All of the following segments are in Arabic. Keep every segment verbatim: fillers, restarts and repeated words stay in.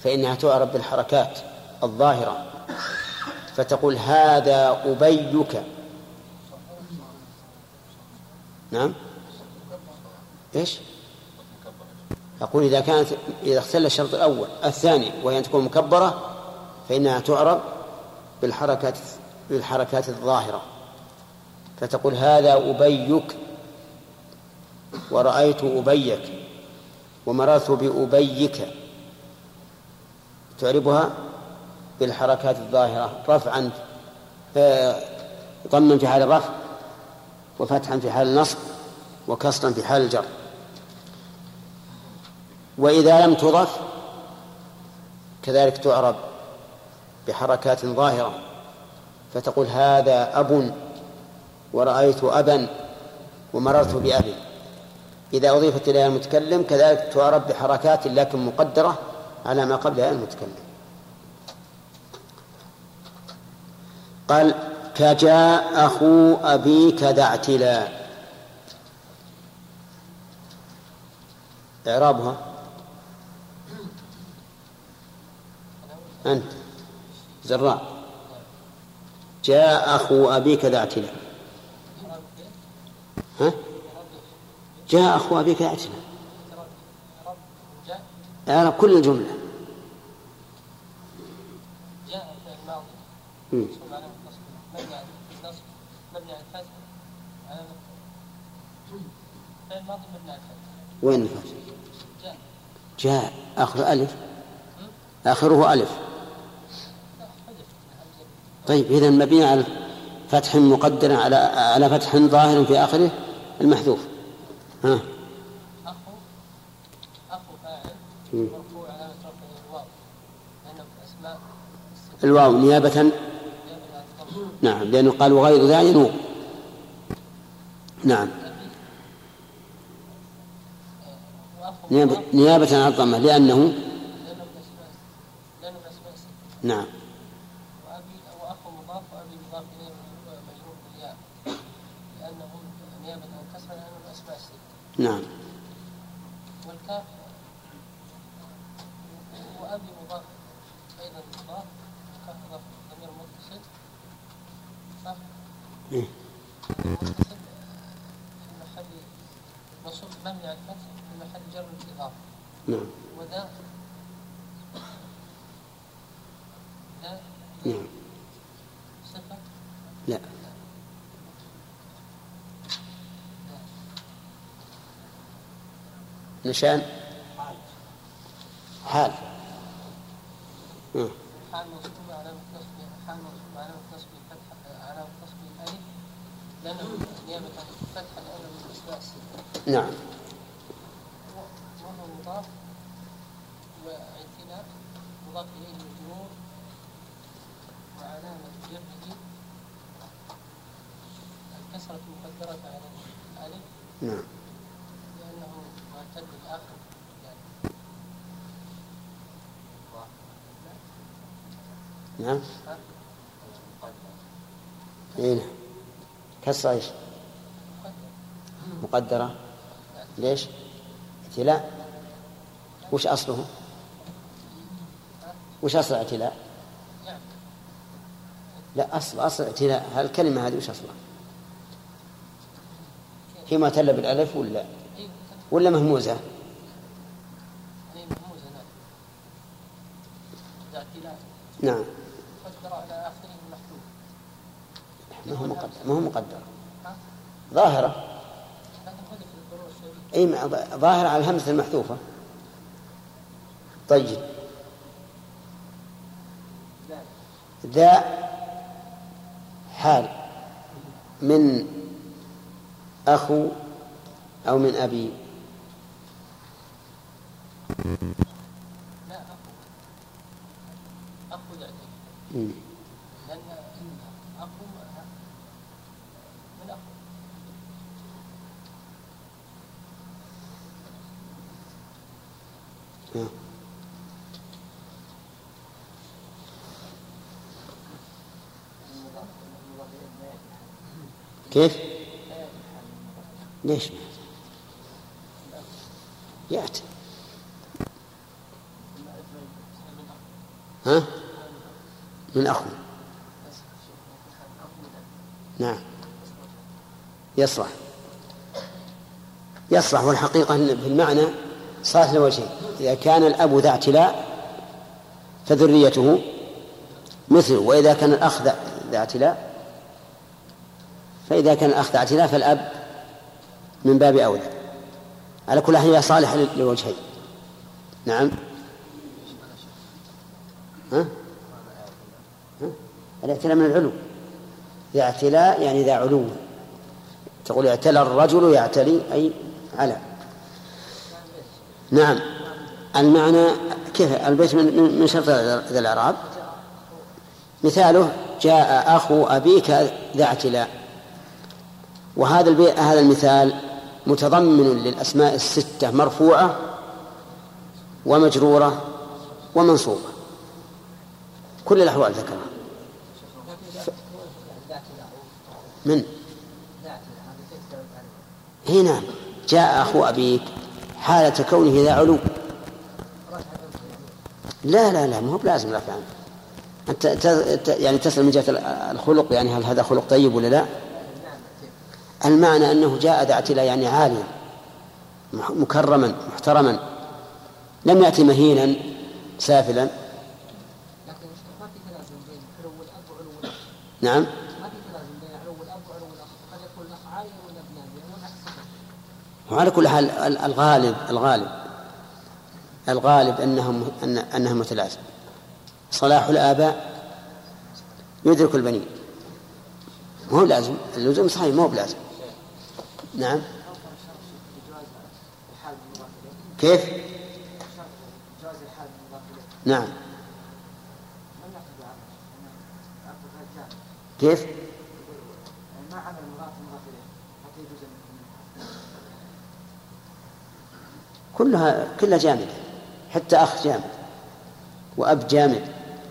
فإنها تعرب بالحركات الظاهرة، فتقول هذا أبيك. نعم. إيش؟ أقول إذا كانت إذا اختل الشرط الأول الثاني وهي أن تكون مكبرة فإنها تعرب بالحركات بالحركات الظاهرة، فتقول هذا أبيك، ورأيت أبيك، ومررت بأبيك، تعربها بالحركات الظاهرة رفعا ضما في حال الرفع، وفتحا في حال النصب، وكسرا في حال الجر. وإذا لم تضف كذلك تعرب بحركات ظاهرة، فتقول هذا أب، ورأيت أبا، ومررت بأبي. إذا أضيفت إليها المتكلم كذلك تعرب بحركات لكن مقدرة على ما قبلها المتكلم. قال كجاء أخو أبيك ذا اعتلاء. إعرابها أنت زراع. جاء أخو أبيك ذا اعتلاء. ها؟ جاء أخو أبيك ذا اعتلاء أعرب كل الجملة. جاء في الماضي مبني على الفتح، في الماضي مبني على الفتح. وين الفتح؟ جاء جاء آخر ألف، آخره ألف. طيب إذن مبني على فتح مقدر على على فتح ظاهر في آخره المحذوف. ها أخو أخو فاعل مرفوع علامة رفعه الواو لأنه أسماء الواو نيابة. نعم لأنه قال وغير ذا ينوب. نعم نيابة عن الضمة لأنه نعم. وأبي وأخو مضاف وأبي مضاف إليه مجرور بالياء لأنه نيابة عن كسر لأنه أسماء الستة. نعم. والكاف وأبي مضاف أيضا مضاف، والكاف مضاف ضمير متصل صح؟ إيه؟ متصل في محل منصوب مبني على الفتح في محل جر الإضافة. نعم. وذا ذا نعم. صفة؟ لا. نشان حال. حال منصوبة علامة نصبه حال منصوبة علامة نصبه فتحة علامة نصبه الألف لأنه نيابة عن الفتحة لأنه من الأسماء الستة. نعم. وهو مضاف واعتلاء مضاف إليه مجرور وعلامة جره الكسرة المقدرة على الألف. نعم. لأنه معتد الآخر يعني. نعم. إيه كسر إيش؟ مقدرة. ليش؟ اعتلاء. وش أصله؟ وش أصل اعتلاء؟ لا أصل أصل اعتلاء هالكلمة هذه وش أصلها؟ هي معتلة بالألف ولا ولا مهموزة؟ نعم. مقدرة على آخره المحذوف. ما هو مقدر ما هو مقدر ظاهرة. أي ظاهرة على الهمزة المحذوفة. طيب ذا حال من أخو أو من أبي. لا أخو أخو ذا لأن أخو من أخو نعم. كيف؟ ليش؟ يأتي ها؟ من أخو. نعم يصلح يصلح والحقيقة في المعنى صالح لوجهين. إذا كان الأب ذا اعتلاء فذريته مثله، وإذا كان الأخ ذا اعتلاء فإذا كان الأخ ذا اعتلاء فالأب من باب أولى. على كل حال هي صالحة لوجهين. نعم. ها؟ ها؟ الاعتلاء من العلو، ذا اعتلاء يعني ذا علو. تقول اعتلى الرجل يعتلي أي على. نعم. المعنى كيف البيت من من شرط ذا الإعراب. مثاله جاء أخو أبيك ذا اعتلاء، وهذا البيت هذا المثال متضمن للأسماء الستة مرفوعة ومجرورة ومنصوبة، كل الأحوال ذكرها. من هنا جاء أخو أبيك حالة كونه ذا علو. لا لا لا مو بلازم رفع عنه. أنت يعني تسأل من جهة الخلق، يعني هل هذا خلق طيب ولا لا؟ المعنى أنه جاء ذا اعتلاء يعني عاليا مكرما محترما، لم يأتي مهينا سافلا. نعم. وعلى كل حال الغالب الغالب الغالب أنهم أن أنها متلازمة. صلاح الآباء يدرك البنين، مو لازم اللزوم صحيح، مو بلازم. نعم. كيف؟ نعم. كيف؟ كلها كلها جامدة، حتى أخ جامد وأب جامد.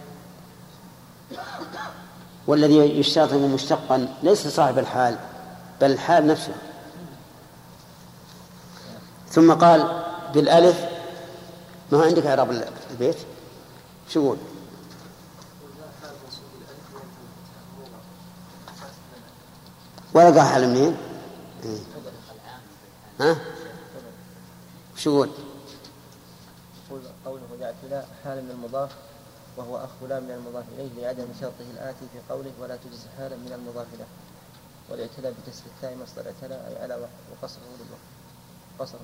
والذي يشترط مشتقا ليس صاحب الحال بل الحال نفسه. ثم قال بالألف. ما هو عندك إعراب البيت؟ شو يقول؟ ورقة حال منين؟ ها؟ شو يقول؟ قوله ذا اعتلاء حال من المضاف وهو أخ لا من المضاف إليه لعدم شرطه الآتي في قوله ولا تجز حالا من المضاف له. والاعتلاء بكسر التاء مصدر اعتلاء أي على وقصره للوقت قصره.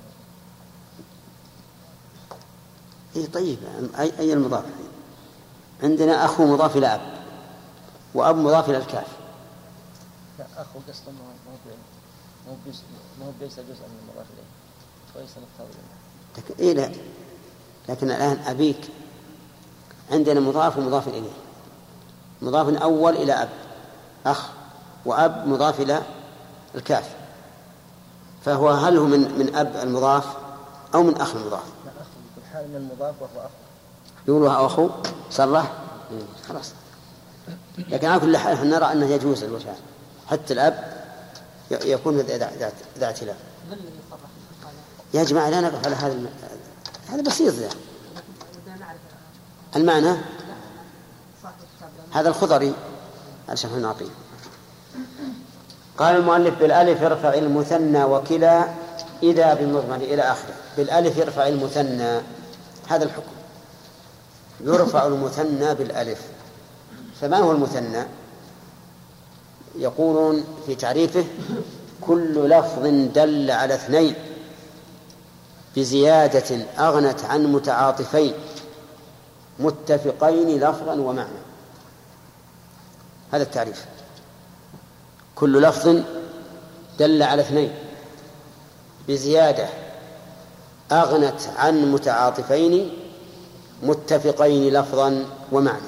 إيه طيب. أي أي المضاف؟ عندنا أخو مضاف إلى أب وأب مضاف إلى الكاف. لا أخو قصده ما هو ما هو ليس جزءا من المضاف إليه وليس مقتضى. لكن إيه لا لكن الآن أبيك عندنا مضاف ومضاف إليه. مضاف أول إلى أب أخ، وأب مضاف إلى الكاف، فهو هل هو من من أب المضاف أو من أخ المضاف؟ لا أخ يكون حال من المضاف وهو أخ. يقولوا أخو صرح خلاص. لكن على كل حال نرى أنه يجوز الوجهان، حتى الأب يكون ذا اعتلاء. يا جماعة لا نقف على هذا الم... هذا بسيط يعني. المعنى هذا الخضري الشرح الناقي. قال المؤلف بالألف يرفع المثنى وكلا إذا بمضمر إلى آخره. بالألف يرفع المثنى، هذا الحكم. يرفع المثنى بالألف. فما هو المثنى؟ يقولون في تعريفه كل لفظ دل على اثنين بزيادة أغنت عن متعاطفين متفقين لفظا ومعنى. هذا التعريف. كل لفظ دل على اثنين بزيادة أغنت عن متعاطفين متفقين لفظا ومعنى.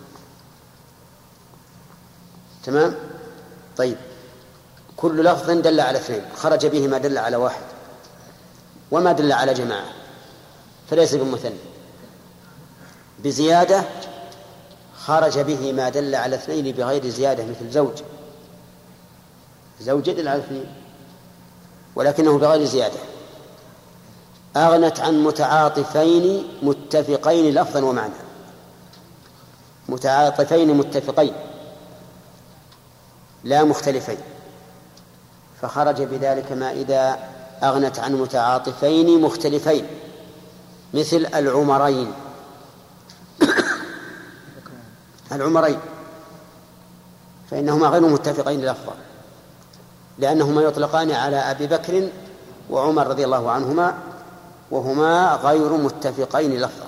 تمام؟ طيب، كل لفظ دل على اثنين خرج به ما دل على واحد وما دل على جماعة فليس بمثنى. بزيادة خرج به ما دل على اثنين بغير زيادة، مثل زوج. زوج يدل على اثنين ولكنه بغير زيادة. أغنت عن متعاطفين متفقين لفظا ومعنى، متعاطفين متفقين لا مختلفين، فخرج بذلك ما إذا أغنت عن متعاطفين مختلفين مثل العمرين العمرين فإنهما غير متفقين لفظا، لأنهما يطلقان على أبي بكر وعمر رضي الله عنهما، وهما غير متفقين لفظا.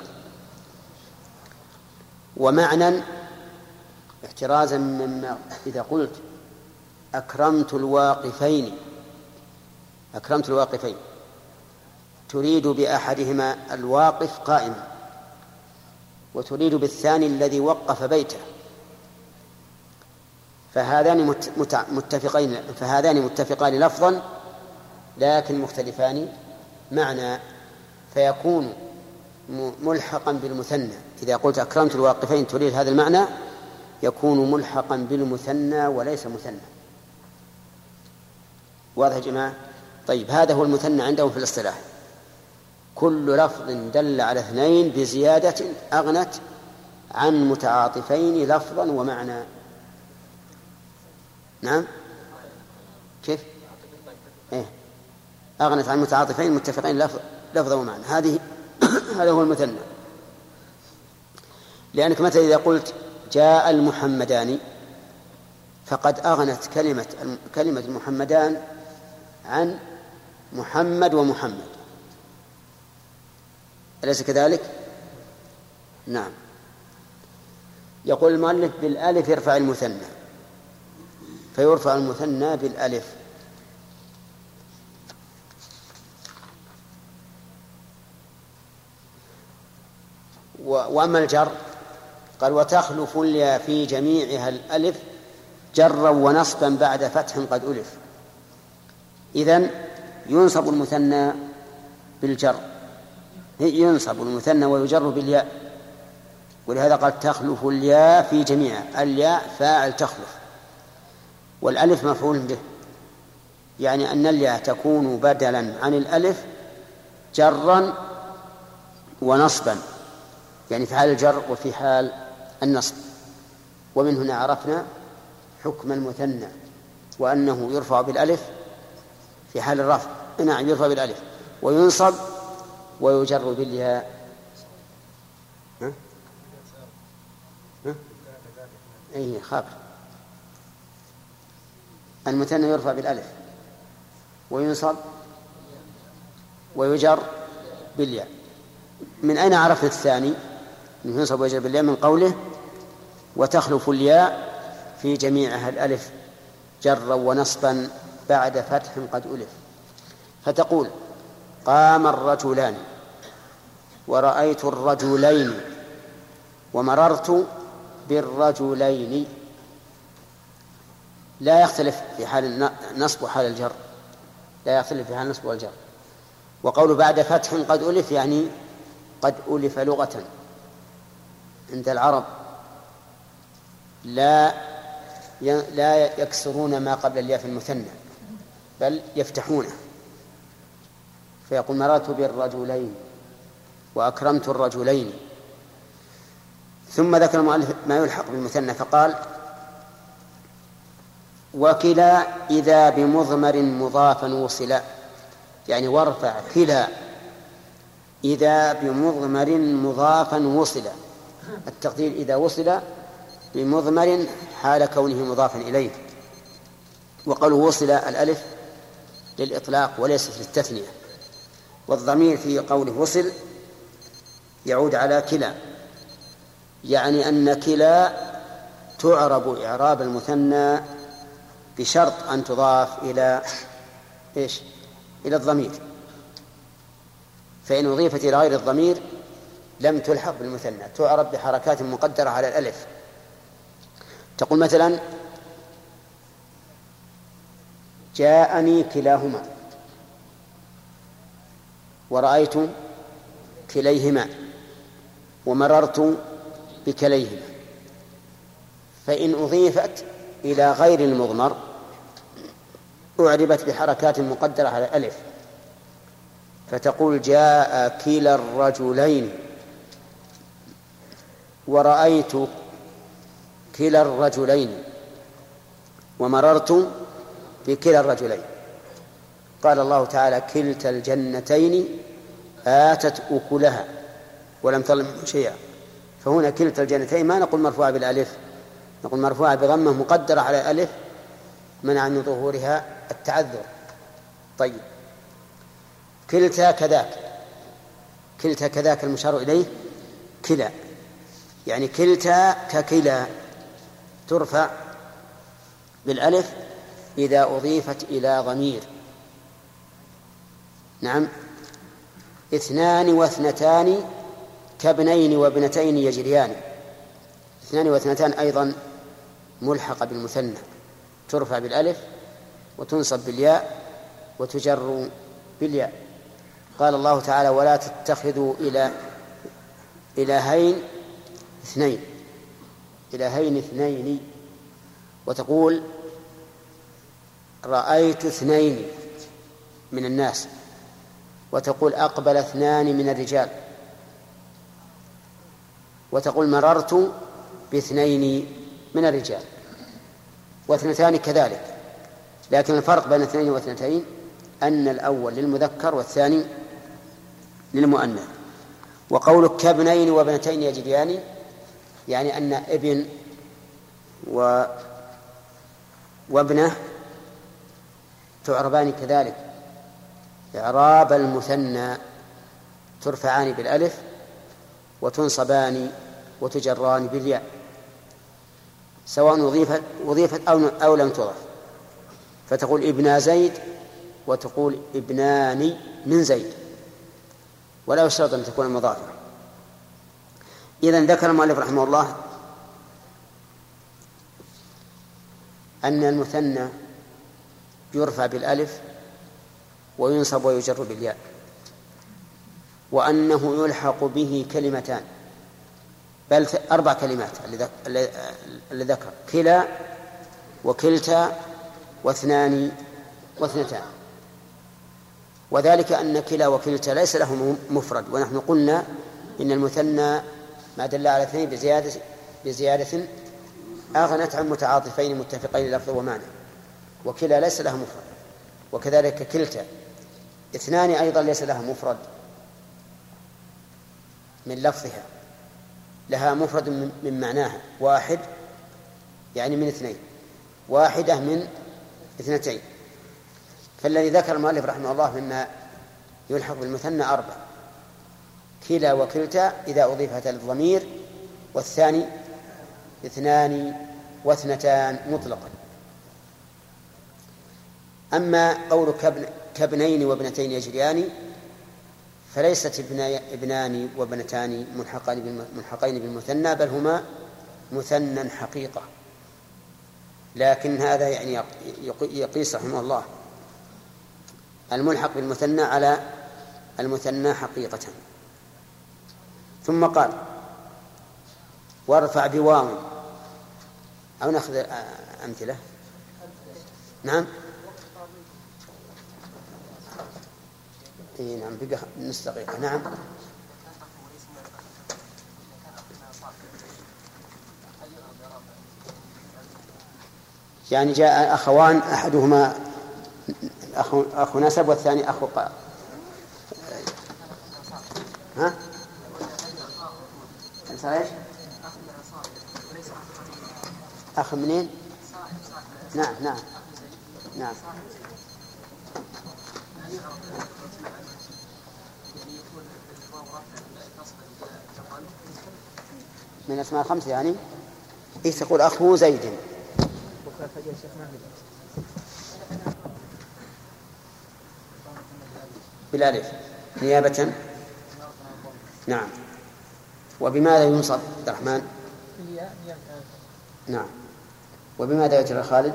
ومعنى احترازا مما إذا قلت أكرمت الواقفين أكرمت الواقفين تريد بأحدهما الواقف قائما، وتريد بالثاني الذي وقف بيته، فهذان متفقين فهذان متفقان لفظا لكن مختلفان معنى، فيكون ملحقا بالمثنى. إذا قلت أكرمت الواقفين تريد هذا المعنى يكون ملحقا بالمثنى وليس مثنى. واضح يا جماعة؟ طيب، هذا هو المثنى عندهم في الاصطلاح: كل لفظ دل على اثنين بزيادة أغنت عن متعاطفين لفظا ومعنى. نعم، كيف؟ إيه؟ أغنت عن متعاطفين متفقين لفظ لفظا ومعنى، هذه هذا هو المثنى. لأنك مثلا إذا قلت جاء المحمدان فقد أغنت كلمة كلمة المحمدان عن محمد ومحمد، أليس كذلك؟ نعم. يقول المؤلف: بالألف يرفع المثنى، فيرفع المثنى بالألف. وأما الجر قال: وتخلف الياء في جميعها الألف جرا ونصبا بعد فتح قد ألف. إذن ينصب المثنى بالجر، ينصب المثنى ويجر بالياء، ولهذا قال: تخلف الياء في جميعها. الياء فاعل تخلف، والألف مفعول به، يعني أن الياء تكون بدلا عن الألف جرا ونصبا، يعني في حال الجر وفي حال النصب. ومن هنا عرفنا حكم المثنى، وأنه يرفع بالألف في حال الرفع، نعم يرفع بالألف، وينصب ويجر بالياء. ها؟ ها؟ أي خابر. المثنى يرفع بالألف وينصب ويجر بالياء. من أين عرفنا الثاني من ينصب ويجر بالياء؟ من قوله: وتخلف الياء في جميعها الألف جرا ونصبا بعد فتح قد ألف. فتقول: قام الرجلان، ورأيت الرجلين، ومررت بالرجلين. لا يختلف في حال النصب وحال الجر، لا يختلف في حال النصب والجر. وقول بعد فتح قد ألف يعني قد ألف لغة عند العرب، لا لا يكسرون ما قبل الياء في المثنى بل يفتحونه، فيقول: مررت بالرجلين وأكرمت الرجلين. ثم ذكر المؤلف ما يلحق بالمثنى فقال: وكلا إذا بمضمر مضافا وصلا، يعني وارفع كلا إذا بمضمر مضافا وصلا. التقدير إذا وصل بمضمر حال كونه مضافا إليه. وقالوا وصل الألف للإطلاق وليست للتثنية، والضمير في قوله وصل يعود على كلا، يعني أن كلا تعرب إعراب المثنى بشرط أن تضاف إلى إيش؟ إلى الضمير، فإن أضيفت إلى غير الضمير لم تلحق بالمثنى، تعرب بحركات مقدرة على الألف. تقول مثلا: جاءني كلاهما، ورأيت كليهما، ومررت بكليهما. فإن أضيفت إلى غير المضمر أعربت بحركات مقدرة على الألف، فتقول: جاء كلا الرجلين، ورأيت كلا الرجلين ومررت بكلا الرجلين. قال الله تعالى كلتا الجنتين آتت أكلها ولم تظلم منه شيئا. فهنا كلتا الجنتين ما نقول مرفوعة بالألف، نقول مرفوعة بضمة مقدرة على الألف منع من ظهورها التعذر. طيب كلتا كذاك، كلتا كذاك المشار إليه كلا، يعني كلتا ككلا ترفع بالألف إذا أضيفت إلى ضمير. نعم. اثنان واثنتان كابنين وابنتين يجريان. اثنان واثنتان أيضا ملحقة بالمثنى، ترفع بالألف وتنصب بالياء وتجر بالياء. قال الله تعالى ولا تتخذوا إلى إلهين اثنين، إلهين اثنين، وتقول رأيت اثنين من الناس، وتقول أقبل اثنان من الرجال، وتقول مررت باثنين من الرجال، واثنتان كذلك. لكن الفرق بين اثنين واثنتين أن الأول للمذكر والثاني للمؤنث. وقولك كابنين وابنتين يجريان يعني أن ابن و وابنه تعربان كذلك إعراب المثنى، ترفعان بالألف وتنصبان وتجران بالياء، سواء أضيفت أضيفت أو أو لم تضف. فتقول ابن زيد وتقول ابنان من زيد، ولا يشترط أن تكون مضافة. إذن ذكر المؤلف رحمه الله أن المثنى يرفع بالألف وينصب ويجر بالياء، وأنه يلحق به كلمتان، بل أربع كلمات اللي ذكر: كلا وكلتا واثنان واثنتان. وذلك أن كلا وكلتا ليس له مفرد، ونحن قلنا إن المثنى ما دل على اثنين بزيادة, بزيادة أغنت عن متعاطفين متفقين لفظ ومعنى، وكلا ليس لها مفرد. وكذلك كلتا اثنان أيضا ليس لها مفرد من لفظها، لها مفرد من معناها، واحد يعني من اثنين، واحدة من اثنتين. فالذي ذكر المؤلف رحمه الله مما يلحق بالمثنى أربع: كلا وكلتا إذا أضيفت للضمير، والثاني اثنان واثنتان مطلقا. أما قول كابنين وابنتين يجريان فليست ابنان وابنتان ملحقين بالمثنى، بل هما مثنى حقيقة. لكن هذا يعني يقيس رحمه الله الملحق بالمثنى على المثنى حقيقة. ثم قال وارفع بواو، أو نأخذ أمثلة. نعم إيه نعم بقى نص دقيقة. نعم يعني جاء أخوان أحدهما أخو, أخو نسب والثاني أخو قا... ها إيش أخ منين؟ نعم نعم نعم من أسماء خمسة يعني. إيه تقول أخو زيد بالألف نيابة. نعم. وبماذا ينصب عبد الرحمن؟ نعم. وبماذا يجرى خالد؟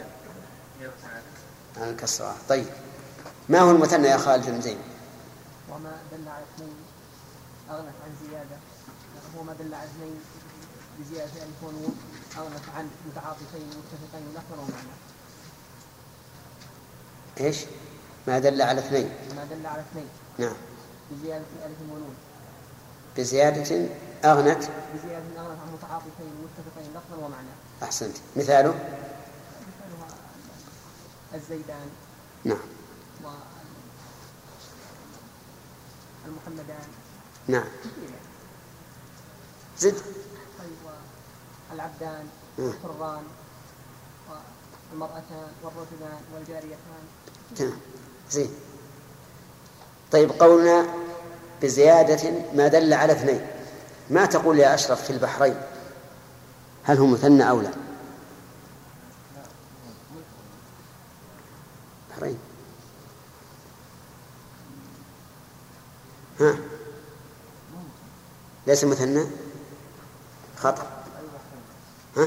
عن الكسرة. طيب ما هو المثنى يا خالد بن زين؟ وما دل على اثنين أغنت عن زيادة، هو ما دل على اثنين بزيادة ألف ونون أغنت عن متعاطفين متفقين لفظا ومعنى. إيش؟ ما دل على اثنين. ما دل على اثنين. نعم. بزيادة ألف ونون. بزيادة أغنت. بزيادة أغنت عن متعاطفين متفقين لفظا ومعنى. أحسنت. مثاله؟ مثالها الزيدان. نعم. والمحمدان. نعم. زد. طيب العبدان والحران والمرأتان والرجلان والجاريتان. تمام. زين. طيب قولنا بزيادة ما دل على اثنين، ما تقول يا أشرف في البحرين؟ هل هو مثنى أو لا؟ بحرين. ها؟ ليس مثنى؟ خطأ. ها؟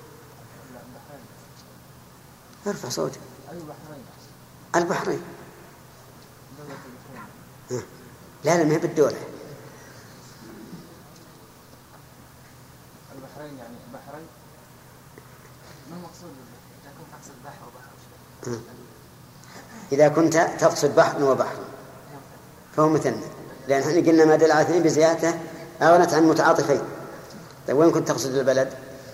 ارفع صوتك. البحرين. ها؟ لا لا ما هي بالدولة. البحرين يعني بحرين. ما المقصود إذا كنت تقصد بحر وبحر؟ إذا كنت تقصد بحر وبحر فهو مثنى، لأن احنا قلنا ما دل على اثنين بزيادته أغنت عن متعاطفين. طيب وين كنت تقصد البلد؟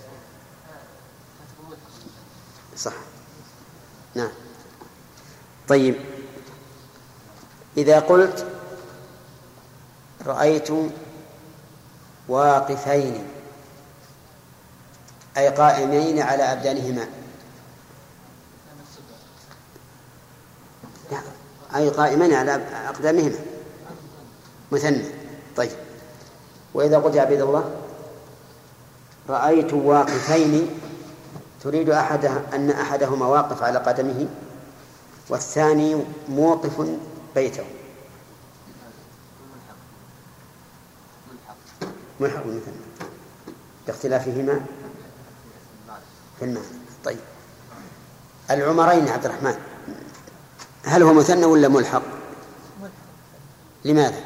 صح. نعم. طيب إذا قلت رأيت واقفين أي قائمين على أبدانهما، أي قائمين على أقدامهما، مثنى. طيب وإذا قلت يا عبد الله رأيت واقفين تريد أحد أن أحدهما واقف على قدمه والثاني موقف بيته، ملحق مثنى باختلافهما في المعنى. طيب العمرين عبد الرحمن هل هو مثنى ولا ملحق؟ لماذا؟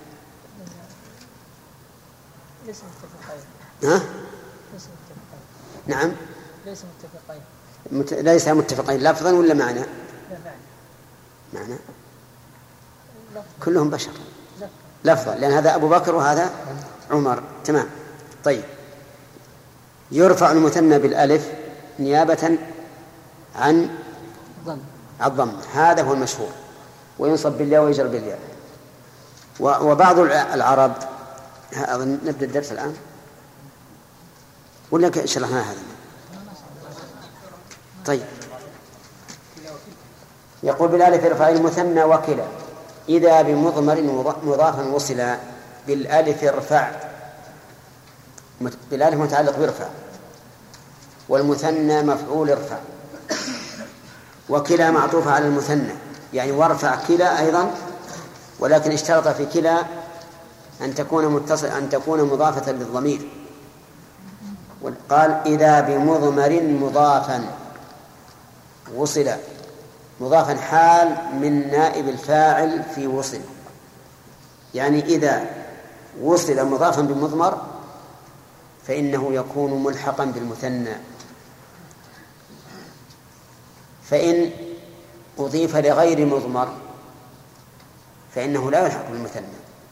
ليس متفقين. ها؟ ليس متفقين. نعم. ليس متفقين. مت... ليس متفقين لفظا ولا معنى؟ لا معنى. معنى؟ لفظ. كلهم بشر. لفظ. لفظا، لأن هذا أبو بكر وهذا عمر. تمام. طيب يرفع المثنى بالألف نيابة عن ضم. الضم، هذا هو المشهور، وينصب بالياء ويجر بالياء. وبعض العرب أظن نبدأ الدرس الآن ولا شرحنا هذا؟ طيب يقول بالألف ارفع المثنى وكلا إذا بمضمر مضافا وصلا بالألف ارفع، بالألف متعلق بارفع، والمثنى مفعول ارفع، وكلا معطوفة على المثنى يعني وارفع كلا أيضا، ولكن اشترط في كلا أن تكون متصل أن تكون مضافة للضمير، قال إذا بمضمر مضافا وصل، مضافا حال من نائب الفاعل في وصل، يعني إذا وصل مضافا بمضمر فإنه يكون ملحقا بالمثنى، فإن أضيف لغير مضمر فإنه لا يلحق بالمثنى،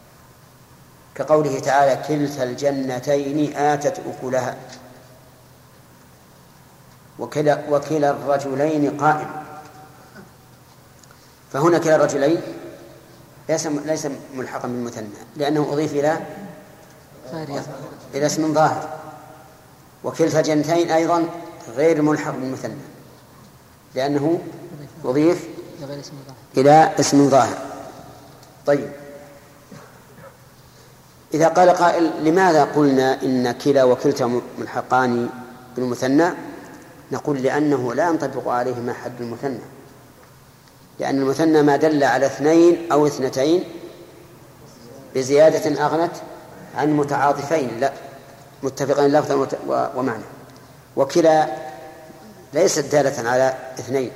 كقوله تعالى كلتا الجنتين آتت أكلها، وكلا, وكلا الرجلين قائم، فهنا كلا الرجلين ليس ليس ملحقا بالمثنى لأنه أضيف إلى إلى اسم ظاهر، وكلتا الجنتين أيضا غير ملحق بالمثنى لأنه أضيف إلى اسم ظاهر. طيب إذا قال قائل لماذا قلنا إن كلا وكلتا ملحقان بالمثنى؟ نقول لأنه لا ينطبق عليهما حد المثنى، لأن المثنى ما دل على اثنين أو اثنتين بزيادة أغنت عن متعاطفين لا متفقين لفظا ومعنى، وكلا ليست دالة على اثنين،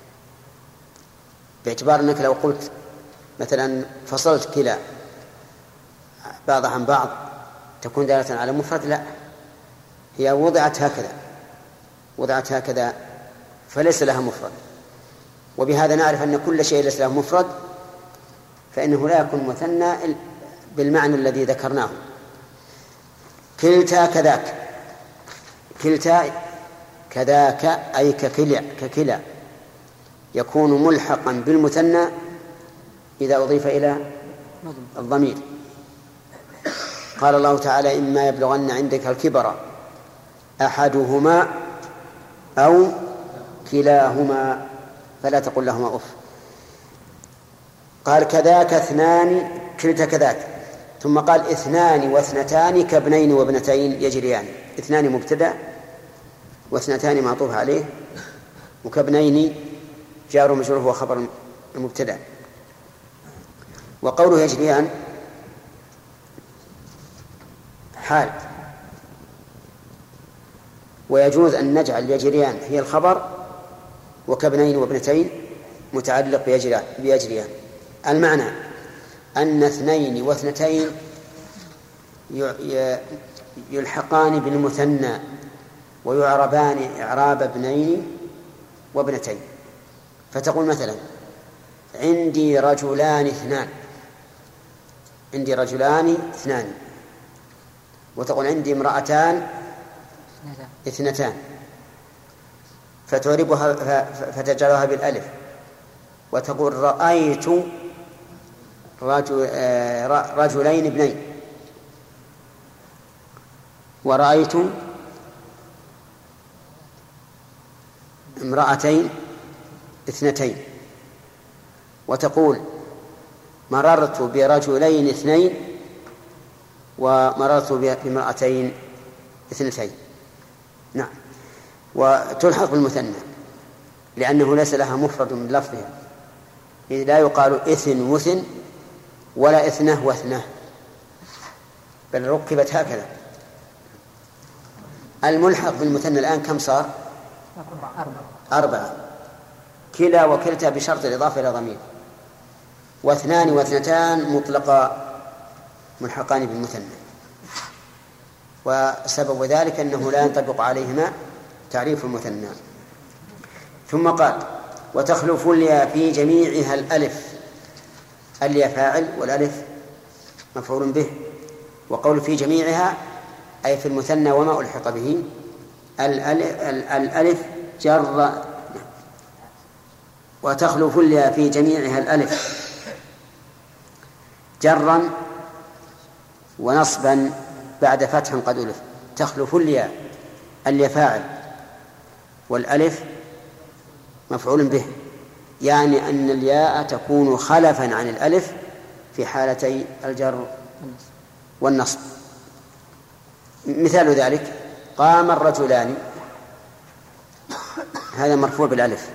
باعتبار أنك لو قلت مثلا فصلت كلا بعضها عن بعض تكون دالة على مفرد، لا هي وضعت هكذا وضعت هكذا فليس لها مفرد، وبهذا نعرف أن كل شيء ليس له مفرد فإنه لا يكون مثنى بالمعنى الذي ذكرناه. كلتا كذاك كلتا كذاك أي ككلا ككلا يكون ملحقا بالمثنى إذا أضيف إلى الضمير. قال الله تعالى إما يبلغن عندك الكبر أحدهما أو كلاهما فلا تقل لهما أف. قال كذاك اثنان كلتا كذاك، ثم قال اثنان واثنتان كابنين وابنتين يجريان. اثنان مبتدأ واثنتان معطوف عليه، وكابنين جار مجرور هو خبر المبتدأ. وقوله يجريان حال، ويجوز أن نجعل يجريان هي الخبر وكابنين وابنتين متعلق بيجريان. المعنى أن اثنين واثنتين يلحقان بالمثنى ويعربان إعراب ابنين وابنتين. فتقول مثلا عندي رجلان اثنان، عندي رجلان اثنان، وتقول عندي امرأتان اثنتان، فتعربها فتجعلها بالألف، وتقول رأيت رجل رجلين ابنين، ورأيت امرأتين اثنتين، وتقول مررت برجلين اثنين ومررت بامرأتين اثنتين. نعم. وتلحق بالمثنى لأنه ليس لها مفرد من لفظها، إذ لا يقال إثن وثن ولا إثنه واثنه، بل ركبت هكذا. الملحق بالمثنى الآن كم صار؟ أربعة. كلا وكلتا بشرط الإضافة إلى ضمير، واثنان واثنتان مطلقا ملحقان بالمثنى، وسبب ذلك أنه لا ينطبق عليهما تعريف المثنى. ثم قال وتخلف الياء في جميعها الألف. الياء فاعل والألف مفعول به، وقول في جميعها أي في المثنى وما ألحق به. الألف, الألف جر. وتخلف الياء في جميعها الألف جرا ونصبا بعد فتح قد ألف. تخلف الياء، الياء فاعل والألف مفعول به، يعني أن الياء تكون خلفا عن الألف في حالتي الجر والنصب. مثال ذلك قام الرجلان، هذا مرفوع بالألف.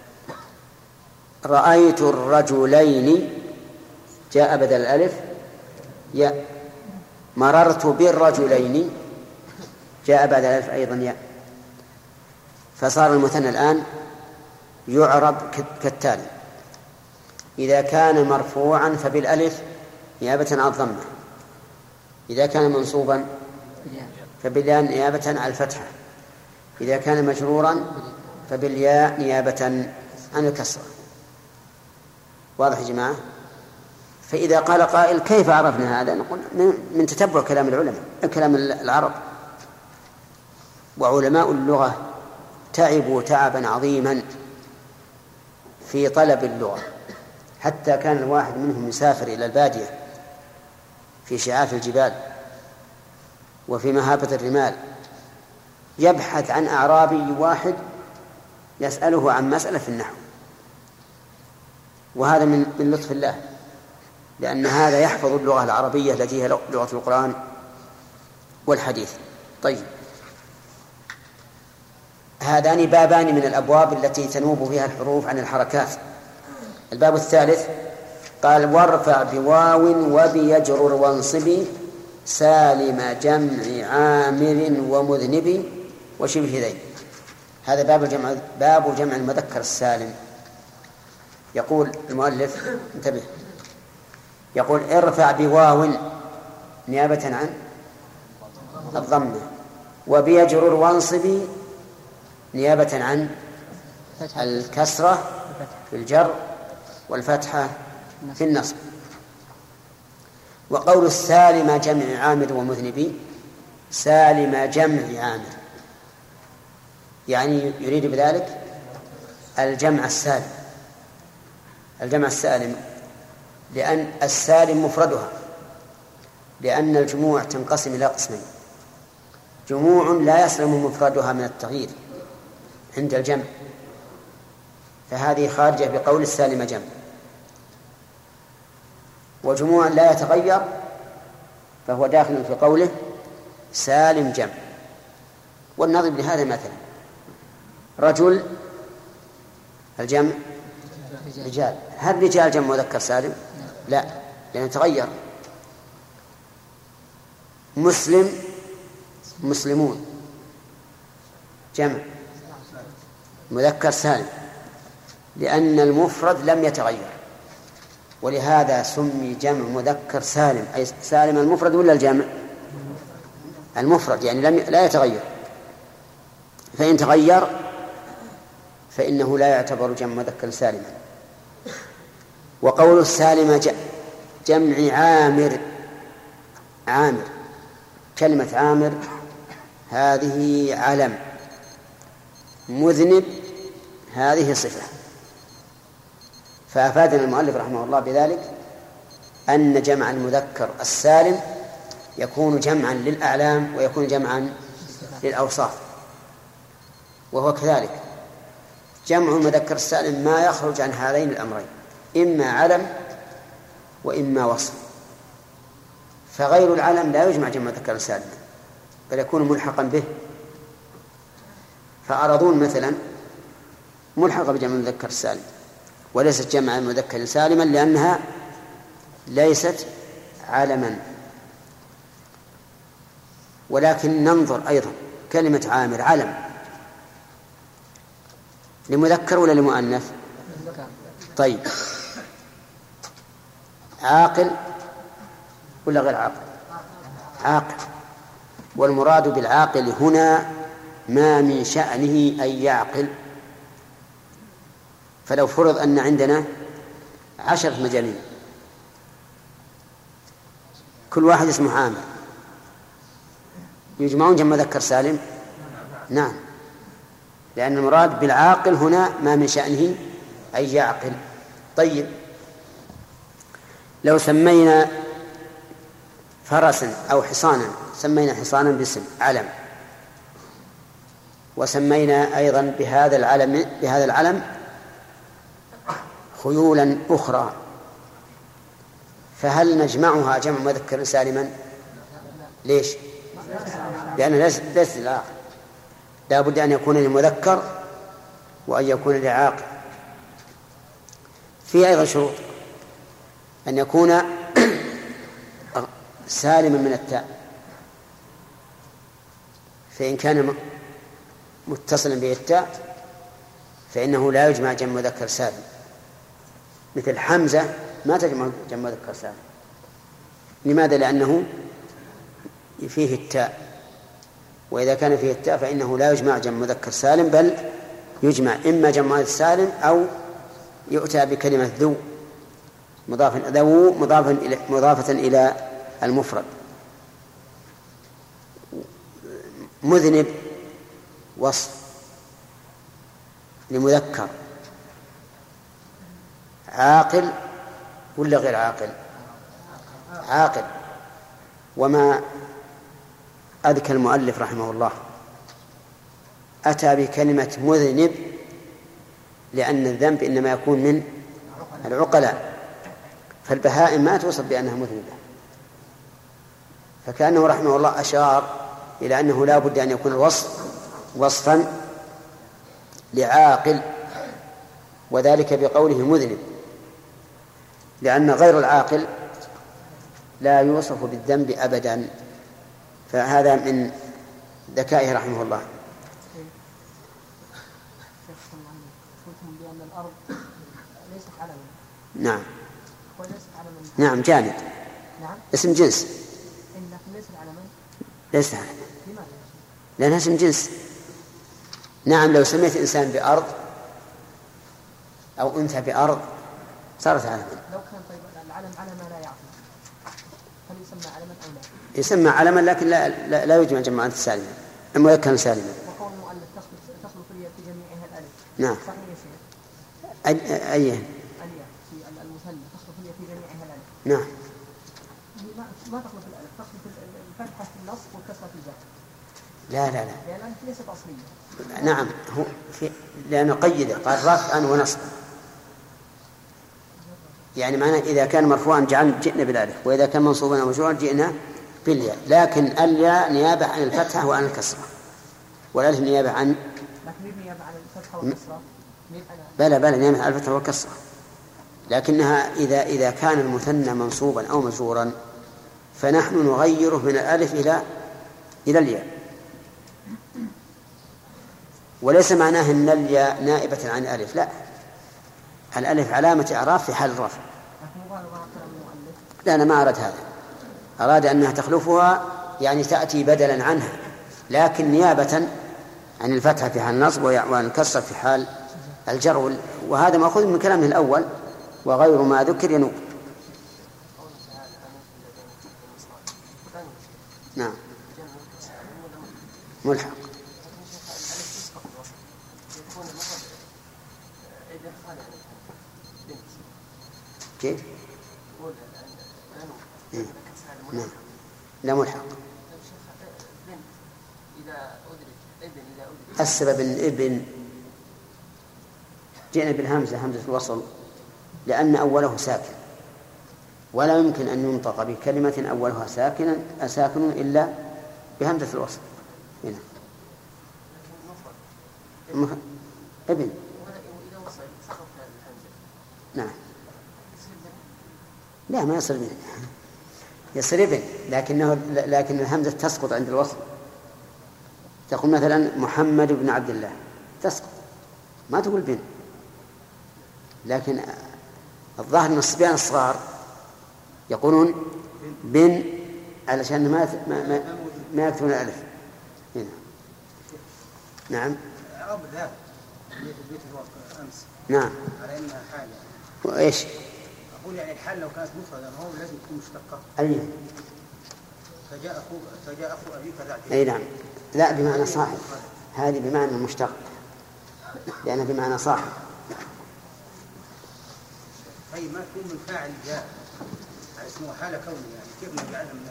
رأيت الرجلين جاء بدل الألف ياء. مررت بالرجلين جاء بعد الألف أيضا ياء. فصار المثنى الآن يعرب كالتالي: إذا كان مرفوعا فبالألف نيابة عن الضمة، إذا كان منصوبا فبالياء نيابة عن الفتحة، إذا كان مجرورا فبالياء نيابة عن الكسرة. واضح يا جماعة؟ فإذا قال قائل كيف عرفنا هذا؟ نقول من تتبع كلام العلماء، كلام العرب. وعلماء اللغة تعبوا تعبا عظيما في طلب اللغة، حتى كان الواحد منهم يسافر إلى البادية في شعاف الجبال وفي مهابة الرمال يبحث عن أعرابي واحد يسأله عن مسألة في النحو، وهذا من من لطف الله، لأن هذا يحفظ اللغة العربية التي هي لغة القرآن والحديث. طيب، هذان بابان من الأبواب التي تنوب فيها الحروف عن الحركات. الباب الثالث قال وارفع بواو وبيجرر وانصبي سالم جمع عامر ومذنب وشبه ذي. هذا باب الجمع، باب جمع المذكر السالم. يقول المؤلف انتبه، يقول ارفع بواو نيابة عن الضمة، وبيجرر وانصبي نيابة عن الكسرة في الجر والفتحة في النصب. وقول السالم جمع عامر ومذنبي، سالم جمع عامر يعني يريد بذلك الجمع السالم، الجمع السالم، لأن السالم مفردها، لأن الجموع تنقسم إلى قسمين: جموع لا يسلم مفردها من التغيير عند الجمع، فهذه خارجة بقول السالم جمع، وجموع لا يتغير فهو داخل في قوله سالم جمع. والنضرب لهذا مثلا: رجل الجمع رجال، هل رجال جمع مذكر سالم؟ لا، لأنه تغير. مسلم مسلمون جمع مذكر سالم، لأن المفرد لم يتغير، ولهذا سمي جمع مذكر سالم، أي سالم المفرد ولا الجمع؟ المفرد، يعني لم لا يتغير، فإن تغير فإنه لا يعتبر جمع مذكر سالما. وقول السالم جمع عامر، عامر، كلمة عامر هذه علم، مذنب هذه صفة، فأفادنا المؤلف رحمه الله بذلك أن جمع المذكر السالم يكون جمعا للأعلام ويكون جمعا للأوصاف. وهو كذلك جمع المذكر السالم ما يخرج عن هذين الأمرين: إما علم وإما وصف. فغير العلم لا يجمع جمع مذكر سالما، بل يكون ملحقا به. فأرضون مثلا ملحقة بجمع المذكر السالم وليست جمع المذكر سالما، لأنها ليست علما. ولكن ننظر أيضا: كلمة عامر علم لمذكر ولا لمؤنث؟ طيب، عاقل ولا غير عاقل؟ عاقل. والمراد بالعاقل هنا ما من شأنه أن يعقل. فلو فرض أن عندنا عشرة مجانين كل واحد اسمه عامر، يجمعون جمع مذكر سالم؟ نعم، لأن المراد بالعاقل هنا ما من شأنه أن يعقل. طيب، لو سمينا فرسا أو حصانا، سمينا حصانا باسم علم، وسمينا أيضا بهذا العلم بهذا العلم خيولا أخرى، فهل نجمعها جمع مذكر سالما؟ ليش؟ لأنه ليس للعاقل، لا بد أن يكون للمذكر وأن يكون للعاقل. في أيضا شروط: أن يكون سالما من التاء، فإن كان متصلا به التاء فإنه لا يجمع جمع مذكر سالم، مثل حمزة ما تجمع جمع مذكر سالم. لماذا؟ لأنه فيه التاء، وإذا كان فيه التاء فإنه لا يجمع جمع مذكر سالم، بل يجمع إما جمع سالم أو يؤتى بكلمة ذو مضاف ذو مضافا إلى مضافة إلى المفرد. مذنب وصف لمذكر، عاقل ولا غير عاقل؟ عاقل. وما أذكى المؤلف رحمه الله أتى بكلمة مذنب، لأن الذنب إنما يكون من العقلاء، فالبهائم ما توصف بأنها مذنبة، فكأنه رحمه الله أشار إلى أنه لا بد أن يكون الوصف وصفا لعاقل، وذلك بقوله مذنب، لأن غير العاقل لا يوصف بالذنب أبدا. فهذا من ذكائه رحمه الله. قلتم بأن الأرض ليست علما. نعم. وليست علما. نعم، جامد. نعم. اسم جنس. إن ليست علما. ليست علما. لماذا؟ لأنها اسم جنس. نعم، لو سميت إنسان بأرض أو أنثى بأرض صارت علما. لو كان طيب العلم على ما لا يعقل، هل يسمى علما أو لا؟ يسمى علما، لكن لا لا, لا يجمع جمع سالما، المذكر سالما. وقول المؤلف تخلص تخلص نعم. صحيح يا شيخ. أي أي الياء في المثنى تخلف الياء في جميعها الألف. نعم. ما ما تخلف الألف، تخلف الفتحة في النصب والكسرة في الجر. لا لا لا. لأن الألف ليست أصلية. نعم هو في لأنه قيد قال رفعا ونصبا، يعني معناه إذا كان مرفوعا جعلنا جئنا بالألف، وإذا كان منصوبا أو مجرورا جئنا بالياء، لكن الياء نيابة عن الفتحة وعن الكسرة، والألف نيابة عن لكن نيابة عن الفتحة والكسرة. بلى بلى نيابة عن الفتحة والكسرة، لكنها إذا إذا كان المثنى منصوبا أو مجرورا فنحن نغيره من الألف إلى إلى الياء، وليس معناه أن الياء نائبة عن الألف، لا، الألف علامة إعراب في حال الرفع. لا أنا ما أراد هذا، أراد أنها تخلفها يعني تأتي بدلا عنها، لكن نيابة عن الفتحة في حال النصب وعن الكسر في حال الجر، وهذا مأخوذ من كلامه الأول وغير ما ذكر ينوب. نعم ملحق. كيف؟ نعم لا ملحق. السبب الابن جئنا بالهمزة همزة الوصل لأن أوله ساكن، ولا يمكن أن ينطق بكلمة أولها ساكنا ساكن إلا بهمزة الوصل. هنا مخ... ابن نعم لا ما يصير ابن، يصير ابن لكنه لكن الهمزة تسقط عند الوصل. تقول مثلا محمد بن عبد الله تسقط، ما تقول بن، لكن الظاهر أن الصبيان الصغار يقولون بن علشان ما ما ما يكتبون الألف هنا. نعم عرب ذات البيت أمس نعم على إنها حال وإيش أقول يعني الحال لو كانت مفردة هو لازم تكون مشتقة. أي فجاء أخو فجاء أخو أبيك ذاك. أي نعم لا بمعنى صاحب، هذه بمعنى المشتق لأنها بمعنى صاحب. طيب ما تكون من فاعل جاء اسمه حالة كونية، يعني كيف نجعلها من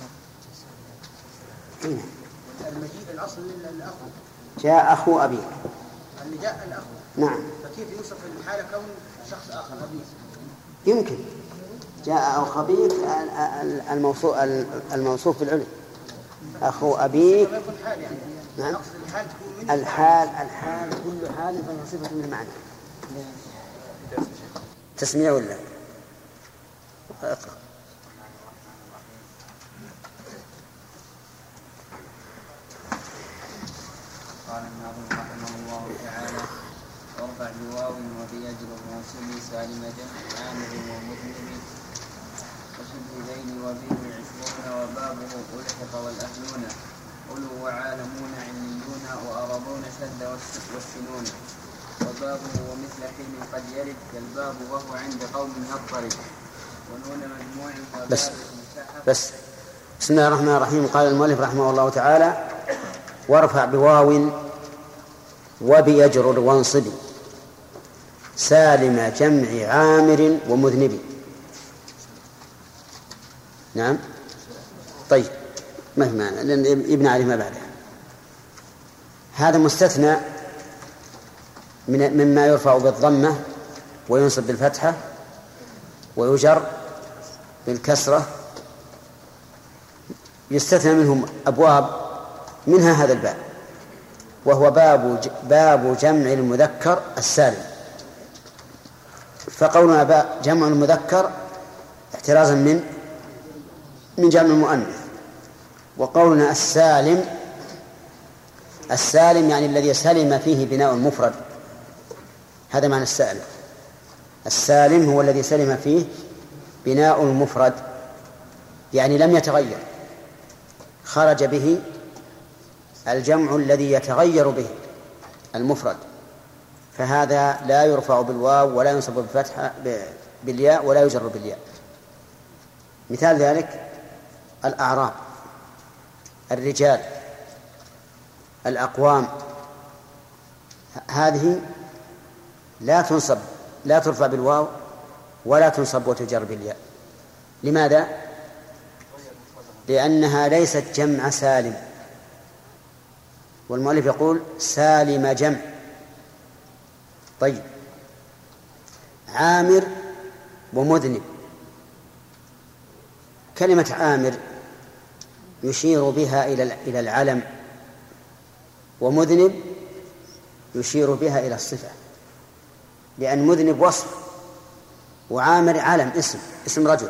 أبيك؟ المجيء الأصل الأخو جاء أخو أبيك اللي جاء الأخو نعم، فكيف يوصف الحالة كون شخص آخر أبيك؟ يمكن جاء أخو أبيك الموصوف الموصوف بالعلم أخو أبيك. نعم الحال الحال كل حال فهي صفة من المعنى. تسمية ولا اقرأ. قال الناظم رحمه الله تعالى وارفع بواو وبيجر وموصول سالم جمع عامر ومذنب وشبه ذين وبه عشرون وبابه ألحق والأهلون أولو وعالمون عليون وأرضون شد والسنون وبابه ومثل حين قد يرد كالباب وهو عند قوم يضطرب ونون مجموع وباب بس بس بسم الله الرحمن الرحيم. قال المؤلف رحمه الله تعالى وارفع بواو وبيجرر وانصب سالم جمع عامر ومذنب. نعم طيب ما في معنى لأن ابن عليه ما بعده. هذا مستثنى من مما يرفع بالضمة وينصب بالفتحة ويجر بالكسرة، يستثنى منهم أبواب، منها هذا الباب وهو باب باب جمع المذكر السالم. فقولنا جمع المذكر احترازا من من جمع المؤنث، وقولنا السالم السالم يعني الذي سلم فيه بناء المفرد، هذا معنى السالم. السالم هو الذي سلم فيه بناء المفرد يعني لم يتغير، خرج به الجمع الذي يتغير به المفرد، فهذا لا يرفع بالواو ولا ينصب بالفتحة بالياء ولا يجر بالياء. مثال ذلك الأعراب، الرجال، الأقوام، هذه لا تنصب لا ترفع بالواو ولا تنصب وتجر بالياء. لماذا؟ لأنها ليست جمع سالم، والمؤلف يقول سالم جمع. طيب، عامر ومذنب. كلمة عامر يشير بها إلى العلم، ومذنب يشير بها إلى الصفة، لأن مذنب وصف وعامر علم اسم اسم رجل.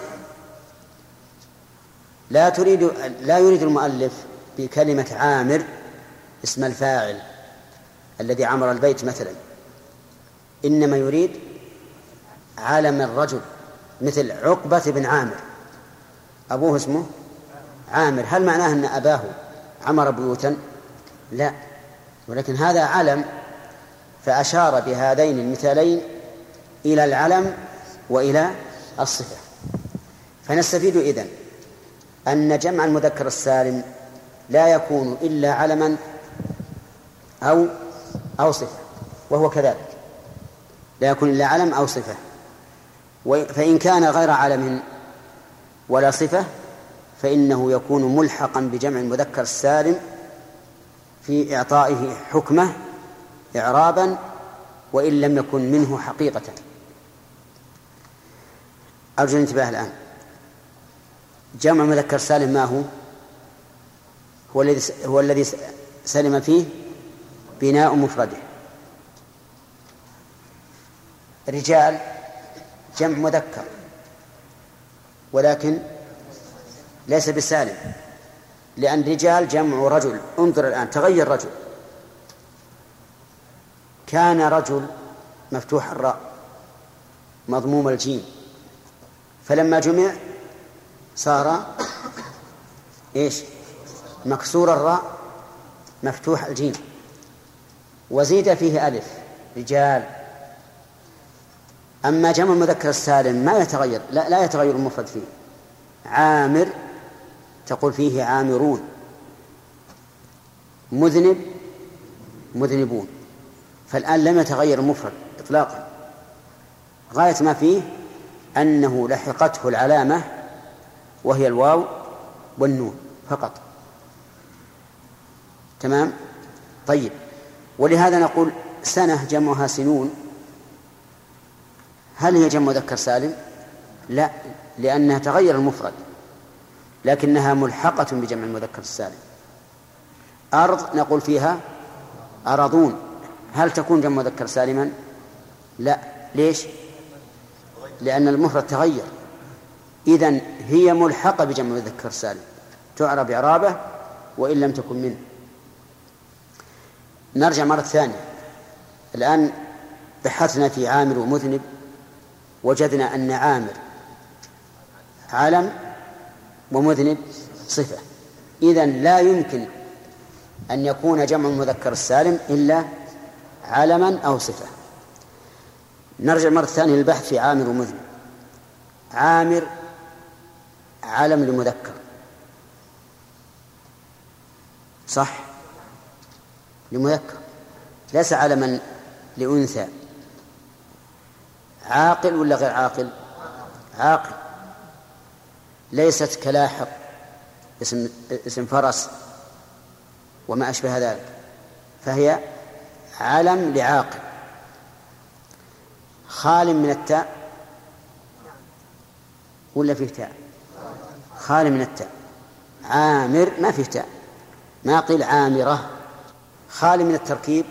لا تريد لا يريد المؤلف بكلمة عامر اسم الفاعل الذي عمر البيت مثلا، إنما يريد علم الرجل، مثل عقبة بن عامر أبوه اسمه عامر. هل معناه أن أباه عمر بيوتا؟ لا، ولكن هذا علم، فأشار بهذين المثالين إلى العلم وإلى الصفة. فنستفيد إذن أن جمع المذكر السالم لا يكون إلا علما أو أو صفة، وهو كذلك لا يكون إلا علم أو صفة. فإن كان غير علم ولا صفة فإنه يكون ملحقا بجمع المذكر السالم في إعطائه حكمه إعرابا وإن لم يكن منه حقيقة. أرجو الانتباه الآن. جمع مذكر سالم ما هو؟ هو الذي هو الذي سلم فيه بناء مفرده. رجال جمع مذكر ولكن ليس بسالم، لأن رجال جمع رجل. انظر الآن، تغير رجل. كان رجل مفتوح الراء مضموم الجيم، فلما جمع صار إيش؟ مكسور الراء مفتوح الجيم، وزيد فيه ألف رجال. أما جمع المذكر السالم ما يتغير، لا, لا يتغير المفرد فيه. عامر تقول فيه عامرون، مذنب مذنبون. فالآن لم يتغير المفرد إطلاقا، غاية ما فيه أنه لحقته العلامة وهي الواو والنون فقط. تمام؟ طيب، ولهذا نقول سنة جمعها سنون. هل هي جمع مذكر سالم؟ لا، لأنها تغير المفرد، لكنها ملحقة بجمع المذكر السالم. أرض نقول فيها أرضون، هل تكون جمع مذكر سالما؟ لا. ليش؟ لأن المفرد تغير. إذن هي ملحقة بجمع مذكر سالم، تعرب إعرابه وإن لم تكن منه. نرجع مرة ثانية. الآن بحثنا في عامر ومذنب، وجدنا أن عامر علم ومذنب صفة. إذن لا يمكن أن يكون جمع المذكر السالم إلا علما أو صفة. نرجع مرة ثانية للبحث في عامر ومذنب. عامر علم لمذكر صح، لمذكر، ليس علما لأنثى. عاقل ولا غير عاقل؟ عاقل. ليست كلاحق اسم, اسم فرس وما أشبه ذلك، فهي علم لعاقل. خال من التاء ولا فيه تاء؟ خال من التاء. عامر ما فيه تاء، ما قيل عامرة. خال من التركيب،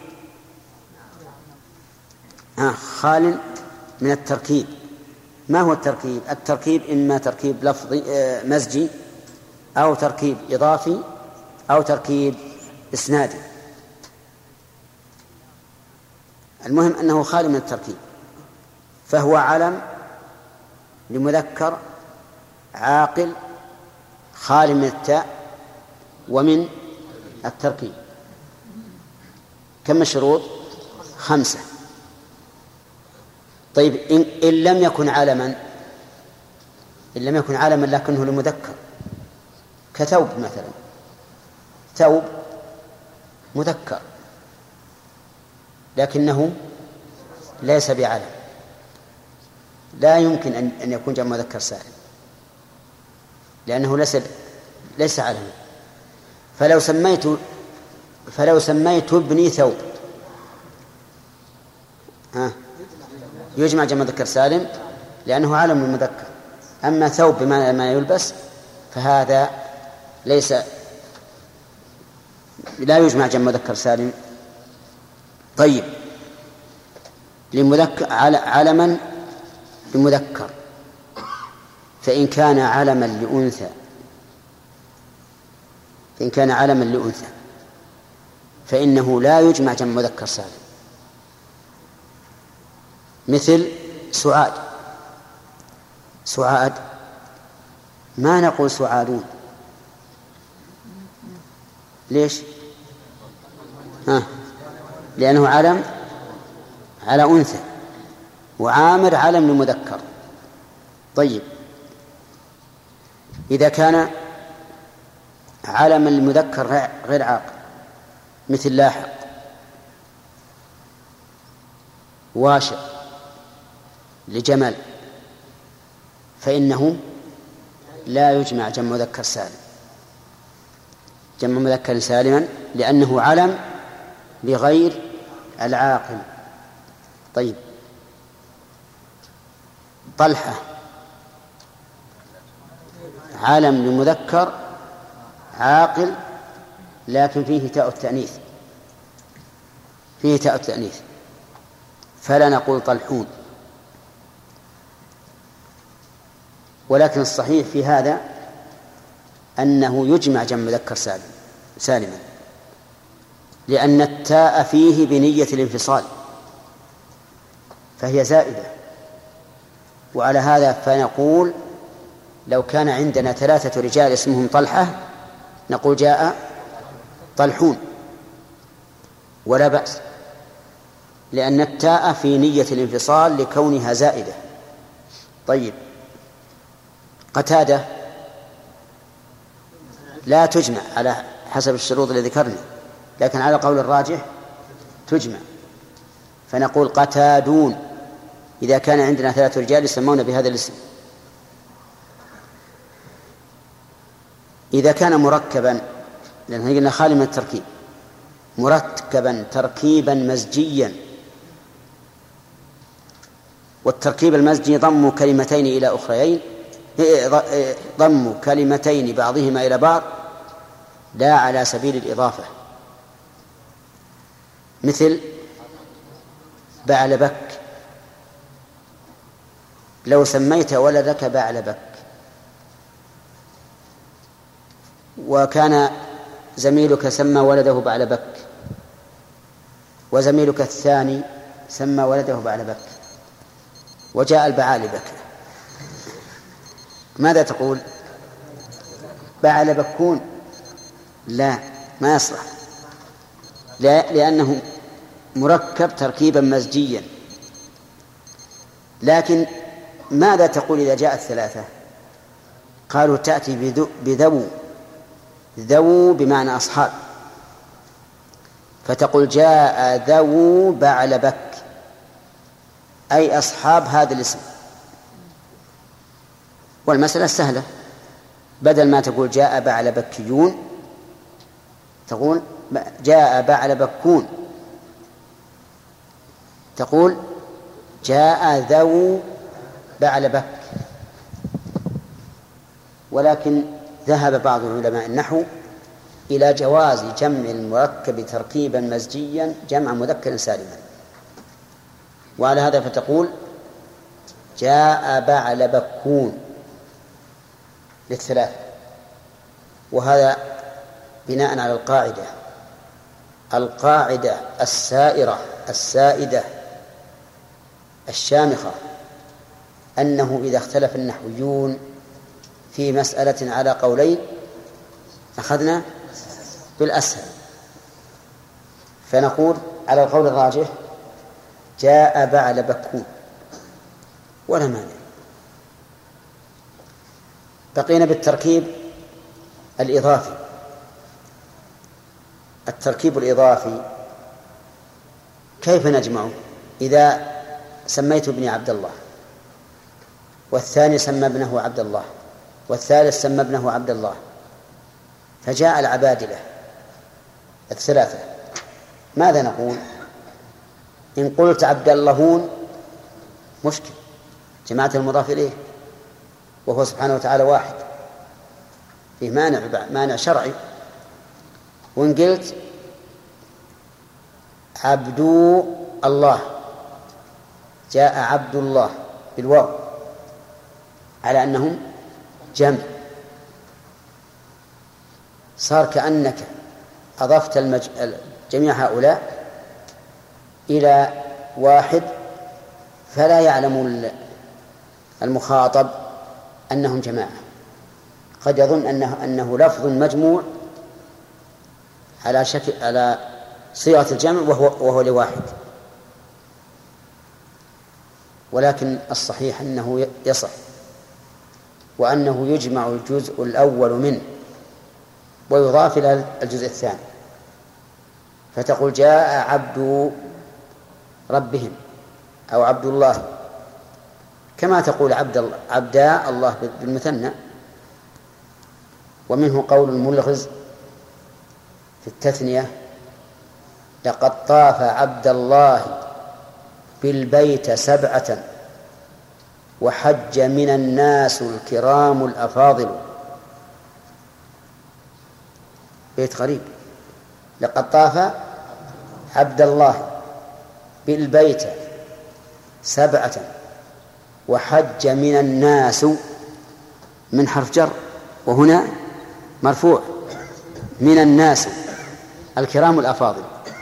آه خال من التركيب. ما هو التركيب؟ التركيب إما تركيب لفظي آه مزجي، أو تركيب إضافي، أو تركيب إسنادي. المهم أنه خالي من التركيب، فهو علم لمذكر عاقل خالي من التاء ومن التركيب. كم الشروط؟ خمسة. طيب، إن, إن لم يكن علما إن لم يكن علما لكنه لمذكر، كثوب مثلا. ثوب مذكر لكنه ليس بعلم، لا يمكن أن يكون جمع مذكر سالم لأنه ليس ليس علما. فلو سميت فلو سميت ابني ثوب ها يجمع جمع مذكر سالم لأنه علم المذكر. أما ثوب بما ما يلبس فهذا ليس لا يجمع جمع مذكر سالم. طيب، لمذكر علما لمذكر، فإن كان علما لأنثى فإن كان علما لأنثى فإنه لا يجمع جمع مذكر سالم، مثل سعاد. سعاد ما نقول سعادون، ليش؟ ها؟ لأنه علم على أنثى، وعامر علم لمذكر. طيب، إذا كان علم المذكر غير عاقل مثل لاحق، واشع لجمل، فإنه لا يجمع جمع مذكر سالم جمع مذكر سالما لأنه علم لغير العاقل. طيب، طلحة علم لمذكر عاقل لكن فيه تاء التأنيث فيه تاء التأنيث فلا نقول طلحون. ولكن الصحيح في هذا أنه يجمع جمع مذكر سالم سالما لأن التاء فيه بنية الانفصال فهي زائدة. وعلى هذا فنقول لو كان عندنا ثلاثة رجال اسمهم طلحة نقول جاء طلحون ولا بأس، لأن التاء في نية الانفصال لكونها زائدة. طيب، قتادة لا تجمع على حسب الشروط التي ذكرنا، لكن على قول الراجح تجمع، فنقول قتادون إذا كان عندنا ثلاثة رجال يسمون بهذا الاسم. إذا كان مركبا، لأنه قلنا خالي من التركيب، مركبا تركيبا مزجيا، والتركيب المزجي ضم كلمتين إلى أخريين، ضم كلمتين بعضهما إلى بعض لا على سبيل الإضافة، مثل بعلبك. لو سميت ولدك بعلبك وكان زميلك سمى ولده بعلبك وزميلك الثاني سمى ولده بعلبك وجاء البعالبك، ماذا تقول؟ بعلبكون؟ لا، ما يصلح، لأنه مركب تركيبا مزجيا. لكن ماذا تقول إذا جاءت ثلاثة؟ قالوا تأتي بذو، ذو بمعنى أصحاب، فتقول جاء ذو بعلبك أي أصحاب هذا الاسم. والمسألة سهلة، بدل ما تقول جاء بعلبكيون تقول جاء بعلبكون، تقول جاء ذو بعلبك. ولكن ذهب بعض علماء النحو إلى جواز جمع المركب تركيبا مزجيا جمع مذكر سالما، وعلى هذا فتقول جاء بعلبكون للثلاثة. وهذا بناء على القاعدة القاعدة السائرة السائدة الشامخة أنه إذا اختلف النحويون في مسألة على قولين أخذنا بالأسهل، فنقول على القول الراجح جاء بعلبكون ولا مانع. بقينا بالتركيب الإضافي. التركيب الإضافي كيف نجمعه؟ إذا سميت ابني عبد الله، والثاني سمى ابنه عبد الله، والثالث سمى ابنه عبد الله، فجاء العبادلة الثلاثة، ماذا نقول؟ إن قلت عبد اللهون مشكل، جماعة المضاف إليه وهو سبحانه وتعالى واحد، فيه مانع مانع شرعي. وإن قلت عبدو الله، جاء عبد الله بالواو على أنهم جمع، صار كأنك أضفت المج... جميع هؤلاء إلى واحد، فلا يعلم المخاطب أنهم جماعة، قد يظن أنه, أنه لفظ مجموع على شكل على صيغة الجمع وهو, وهو لواحد، ولكن الصحيح أنه يصح، وأنه يجمع الجزء الأول منه ويضاف إلى الجزء الثاني، فتقول جاء عبد ربهم أو عبد الله، كما تقول عبد عبدا الله بالمثنى. ومنه قول الملغز في التثنية: لقد طاف عبد الله بالبيت سبعة وحج من الناس الكرام الأفاضل. بيت غريب، لقد طاف عبد الله بالبيت سبعة وحج من الناس، من حرف جر وهنا مرفوع، من الناس الكرام الأفاضل.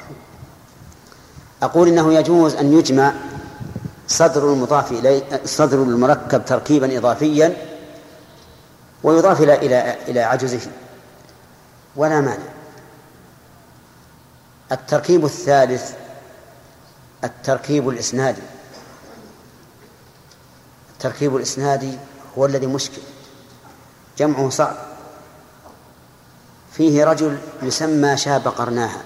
أقول إنه يجوز أن يجمع صدر المضاف إليه صدر المركب تركيبا إضافيا ويضاف إلى إلى إلى عجزه ولا مانع. التركيب الثالث التركيب الإسنادي. التركيب الإسنادي هو الذي مشكل، جمعه صعب. فيه رجل يسمى شاب قرناها،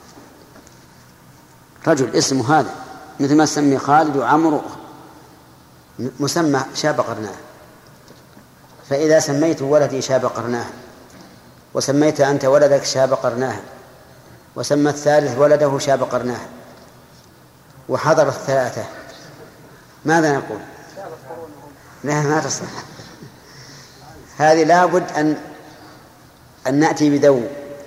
رجل اسمه هذا مثل ما سمي خالد وعمرو، مسمى شاب قرناها. فإذا سميت ولدي شاب قرناها، وسميت أنت ولدك شاب قرناها، وسمى الثالث ولده شاب قرناها، وحضر الثلاثة، ماذا نقول؟ لا، ما تصح. هذه لابد أن أن نأتي بذو.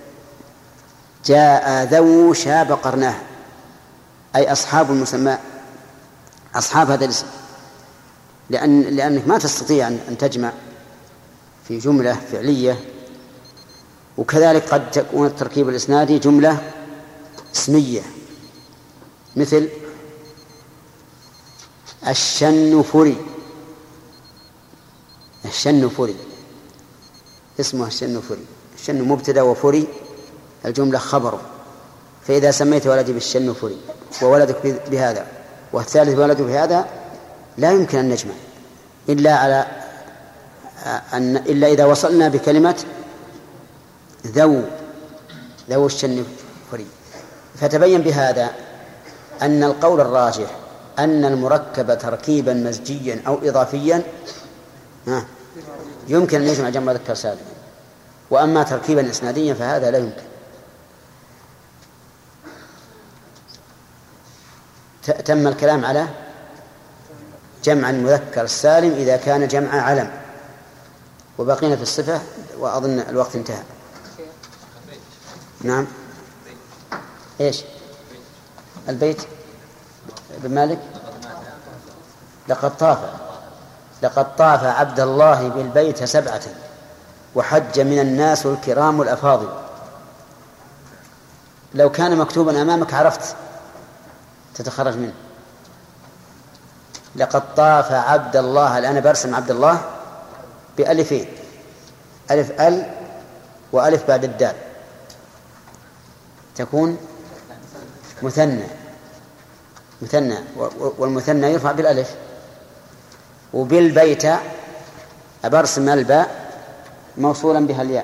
جاء ذو شاب قرناها، أي أصحاب المسمى، أصحاب هذا الاسم، لأن لأنك ما تستطيع أن تجمع في جملة فعلية. وكذلك قد تكون التركيب الإسنادي جملة اسمية، مثل الشنفري. الشنفري اسمه الشنفري، الشن مبتدأ وفري الجملة خبره. فإذا سميت ولدي بالشنفري وولدك بهذا والثالث ولده بهذا، لا يمكن أن نجمع إلا على أن إلا إذا وصلنا بكلمة ذو ذو الشنفري. فتبين بهذا أن القول الراجح أن المركب تركيبا مزجيا أو إضافيا يمكن أن يجمع جمع مذكر سالم، وأما تركيبا إسناديا فهذا لا يمكن. تم الكلام على جمع المذكر السالم إذا كان جمع علم، وبقينا في الصفة وأظن الوقت انتهى. نعم، إيش البيت ابن مالك؟ لقد طاف لقد طاف عبد الله بالبيت سبعة وحج من الناس الكرام الأفاضل. لو كان مكتوبا أمامك عرفت تتخرج منه. لقد طاف عبد الله، الآن برسم عبد الله بألفين، ألف ال وألف بعد الدال، تكون مثنى مثنى والمثنى يرفع بالألف. وبالبيت أبرسم الباء موصولا بها الياء،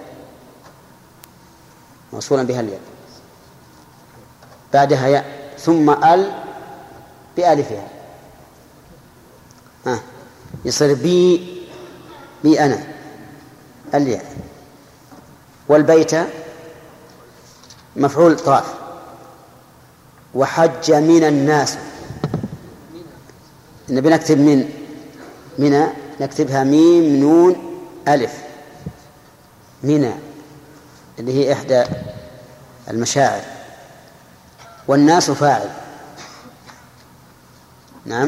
موصولا بها الياء بعدها ياء، ثم ال بألفها، ها يصير بي بي أنا الياء. والبيت مفعول طاف. وحج من الناس، نبي نكتب من منى نكتبها ميم نون ألف منى اللي هي إحدى المشاعر. والناس فاعل. نعم.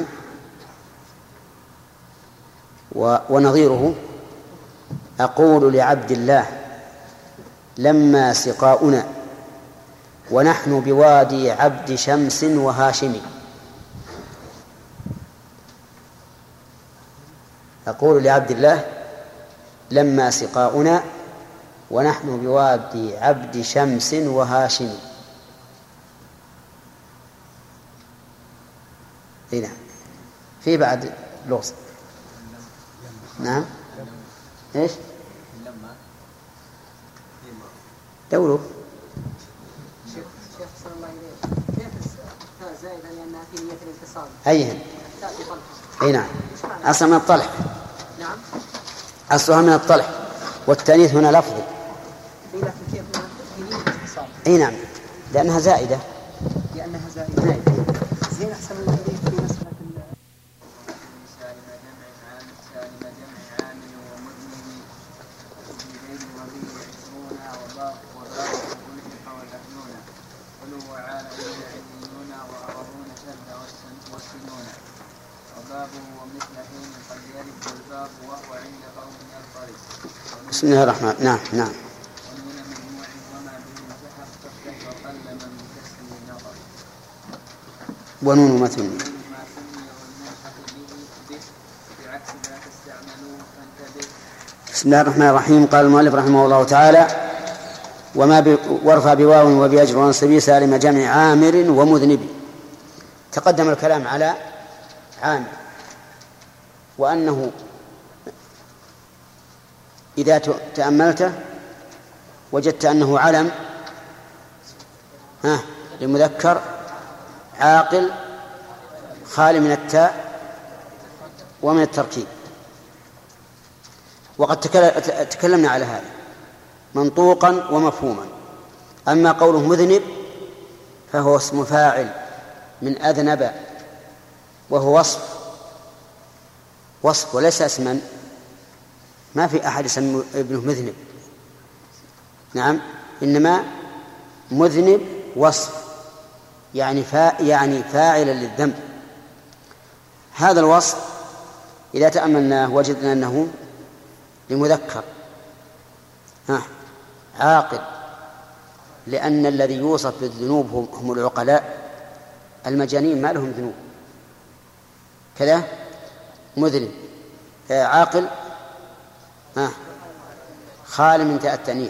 ونظيره أقول لعبد الله لما سقاؤنا ونحن بوادي عبد شمس وهاشم. أقول لعبد الله لما سقاؤنا ونحن بوادي عبد شمس وهاشم. هنا في بعد لغز. نعم. ايش دوروا شيخ صلى الله عليه كيف التاء زائدة لأنها في نية الانتصال؟ أيهن؟ التاء في طلح. أي نعم. أصلا من الطلح. نعم. أصلها من الطلح والتأنيث هنا لفظي. في لكن كيف في نية الانتصال؟ أي نعم لأنها زائدة. لأنها زائدة. زين أحسن الله إليك في مسألة سالم جمع عام سالم جمع عامل ومذنب وزيدين وبه عشرون وباء وباء والحق والأهلون قلوا وعال عليون وأرضون شد والسنون وبابه ومثل حين قد يرد الباب وهو عند قوم يضطرب. بسم الله الرحمن. نعم نعم. ومن مجموع وما به التحق تفتح وقل من بكسر النظر. ونون مثل بسم الله الرحمن الرحيم. قال المؤلف رحمه الله تعالى وما ب... وارفع بواو وبأجر وانصبي سالم جمع عامر ومذنب. تقدم الكلام على عامر وأنه إذا تأملته وجدت أنه علم ها لمذكر عاقل خالي من التاء ومن التركيب. وقد تكلمنا على هذا منطوقا ومفهوما. أما قوله مذنب فهو اسم فاعل من أذنب وهو وصف وصف وليس اسما. ما في أحد يسمى ابنه مذنب. نعم. إنما مذنب وصف يعني فا يعني فاعلا للذنب. هذا الوصف إذا تأملناه وجدنا أنه لمذكر ها عاقل لأن الذي يوصف بالذنوب هم العقلاء. المجانين ما لهم ذنوب كذا. مذنب عاقل ها خال من تاء التأنيث.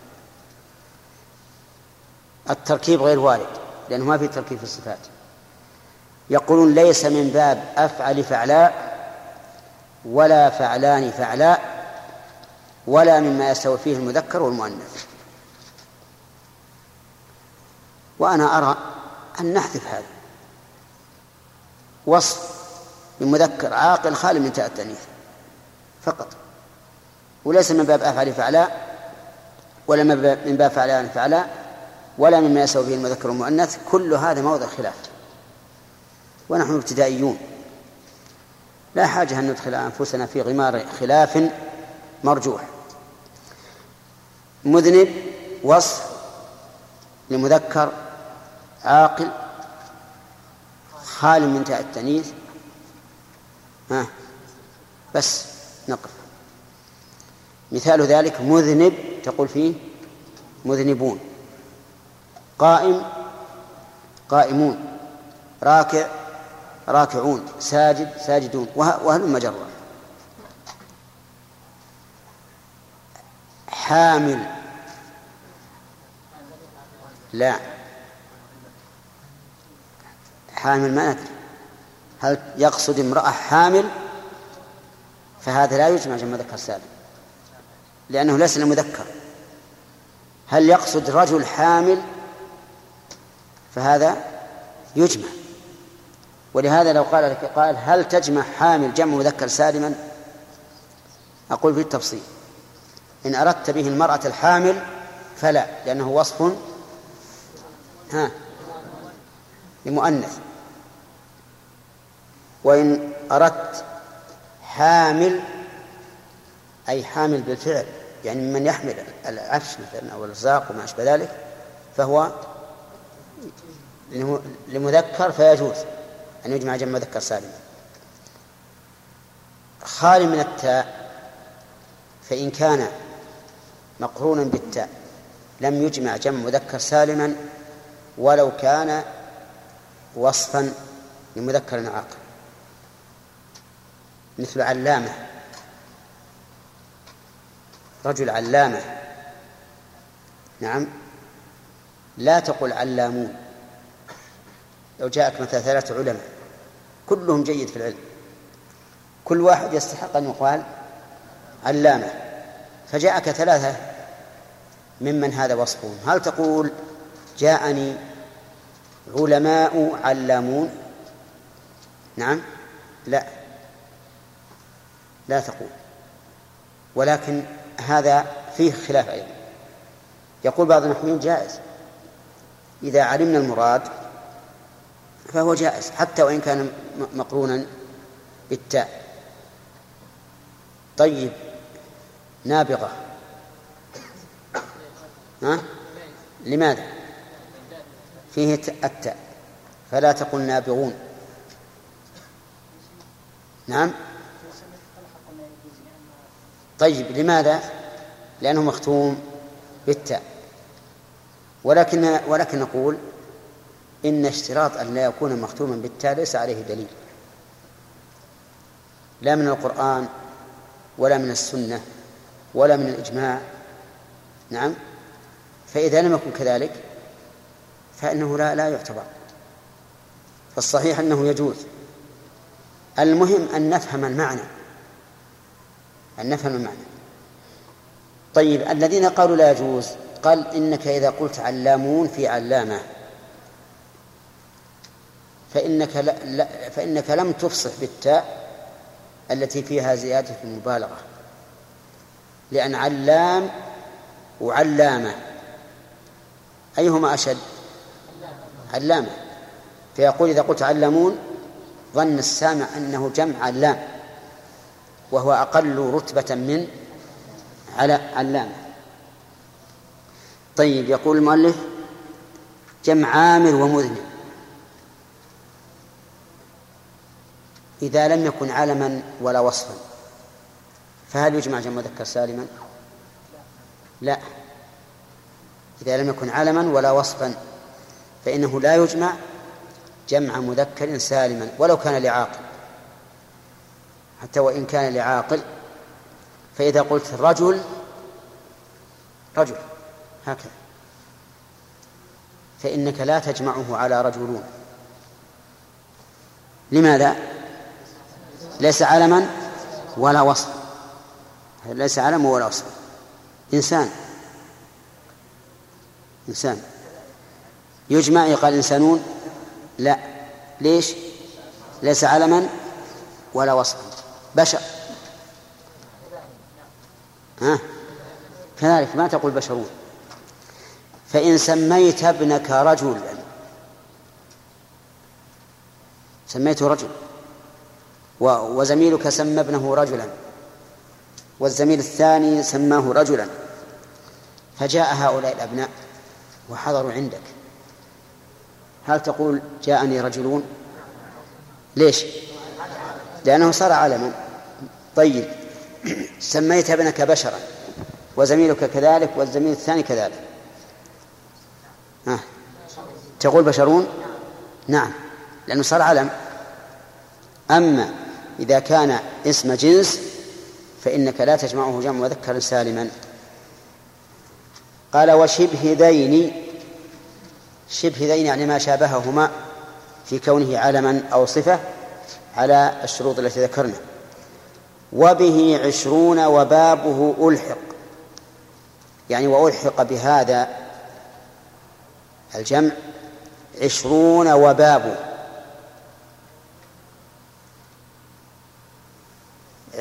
التركيب غير وارد لأنه ما في تركيب في الصفات. يقولون ليس من باب أفعل فعلاء ولا فعلان فعلاء ولا مما يستوي فيه المذكر والمؤنث. وأنا أرى أن نحذف هذا وصف لمذكر عاقل خالي من تاء التأنيث فقط. وليس من باب أفعل فعلاء ولا من باب فعلان فعلاء ولا مما يستوي فيه المذكر والمؤنث. كل هذا موضع خلاف ونحن ابتدائيون لا حاجة أن ندخل أنفسنا في غمار خلاف مرجوح. مذنب وصف لمذكر عاقل خال من تاء التأنيث ها بس نقف. مثال ذلك مذنب تقول فيه مذنبون. قائم قائمون. راكع راكعون. ساجد ساجدون. وهل مجرة. حامل لا حامل ما ندري هل يقصد امرأة حامل فهذا لا يجمع جمع مذكر سالم لأنه ليس لمذكر. هل يقصد رجل حامل فهذا يجمع ولهذا لو قال لك قال هل تجمع حامل جمع مذكر سالما؟ أقول في التفصيل: إن أردت به المرأة الحامل فلا، لأنه وصف ها لمؤنث. وإن أردت حامل أي حامل بالفعل، يعني من يحمل العفش مثلا أو الرزاق وما أشبه ذلك، فهو لمذكر فيجوز أن يجمع جمع مذكر سالما. خالي من التاء فإن كان مقرونا بالتاء لم يجمع جمع مذكر سالما ولو كان وصفا لمذكر عاقل، مثل علامة، رجل علامة، نعم، لا تقل علامون. لو جاءك مثلا ثلاثة علماء كلهم جيد في العلم، كل واحد يستحق أن يقال علامة، فجاءك ثلاثة ممن هذا وصفهم، هل تقول جاءني علماء علامون؟ نعم، لا لا تقول. ولكن هذا فيه خلاف أيضا. يقول بعض النحويين جائز، إذا علمنا المراد فهو جائز حتى وإن كان مقرونا بالتاء. طيب، نابغة، ها؟ لماذا؟ فيه التاء، فلا تقل نابغون. نعم. طيب، لماذا؟ لأنه مختوم بالتاء. ولكن ولكن نقول إن اشتراط أن لا يكون مختوما بالتاء ليس عليه دليل، لا من القرآن ولا من السنة ولا من الإجماع. نعم، فإذا لم يكن كذلك فإنه لا لا يعتبر. فالصحيح أنه يجوز. المهم أن نفهم المعنى، أن نفهم المعنى. طيب، الذين قالوا لا يجوز، قال إنك إذا قلت علامون في علامة فإنك, لا لا فإنك لم تفصح بالتاء التي فيها زيادة المبالغة، لأن علام وعلامة أيهما أشد؟ علامة. فيقول إذا قلت علامون ظن السامع أنه جمع علام، وهو أقل رتبة من على علامة. طيب، يقول المؤلف جمع عامل ومذنب إذا لم يكن علما ولا وصفا، فهل يجمع جمع مذكر سالما؟ لا، إذا لم يكن علما ولا وصفا فإنه لا يجمع جمع مذكر سالما ولو كان لعاقل، حتى وإن كان لعاقل. فإذا قلت رجل رجل هكذا فإنك لا تجمعه على رجلون. لماذا؟ ليس علما ولا وصف، ليس علما ولا وصف. إنسان إنسان يجمع يقال إنسانون؟ لا. ليش؟ ليس علما ولا وصفا. بشر، ها كذلك ما تقول بشرون. فإن سميت ابنك رجلا، سميته رجل، وزميلك سمى ابنه رجلا، والزميل الثاني سماه رجلا، فجاء هؤلاء الأبناء وحضروا عندك، هل تقول جاءني رجلون؟ ليش؟ لأنه صار علما. طيب، سميت ابنك بشرا وزميلك كذلك والزميل الثاني كذلك، ها تقول بشرون؟ نعم، لأنه صار علم. أما إذا كان اسم جنس فإنك لا تجمعه جمع مذكر سالما. قال وشبه ذين، شبه ذين يعني ما شابههما في كونه علما أو صفة على الشروط التي ذكرنا. وبه عشرون وبابه ألحق، يعني وألحق بهذا الجمع عشرون وبابه،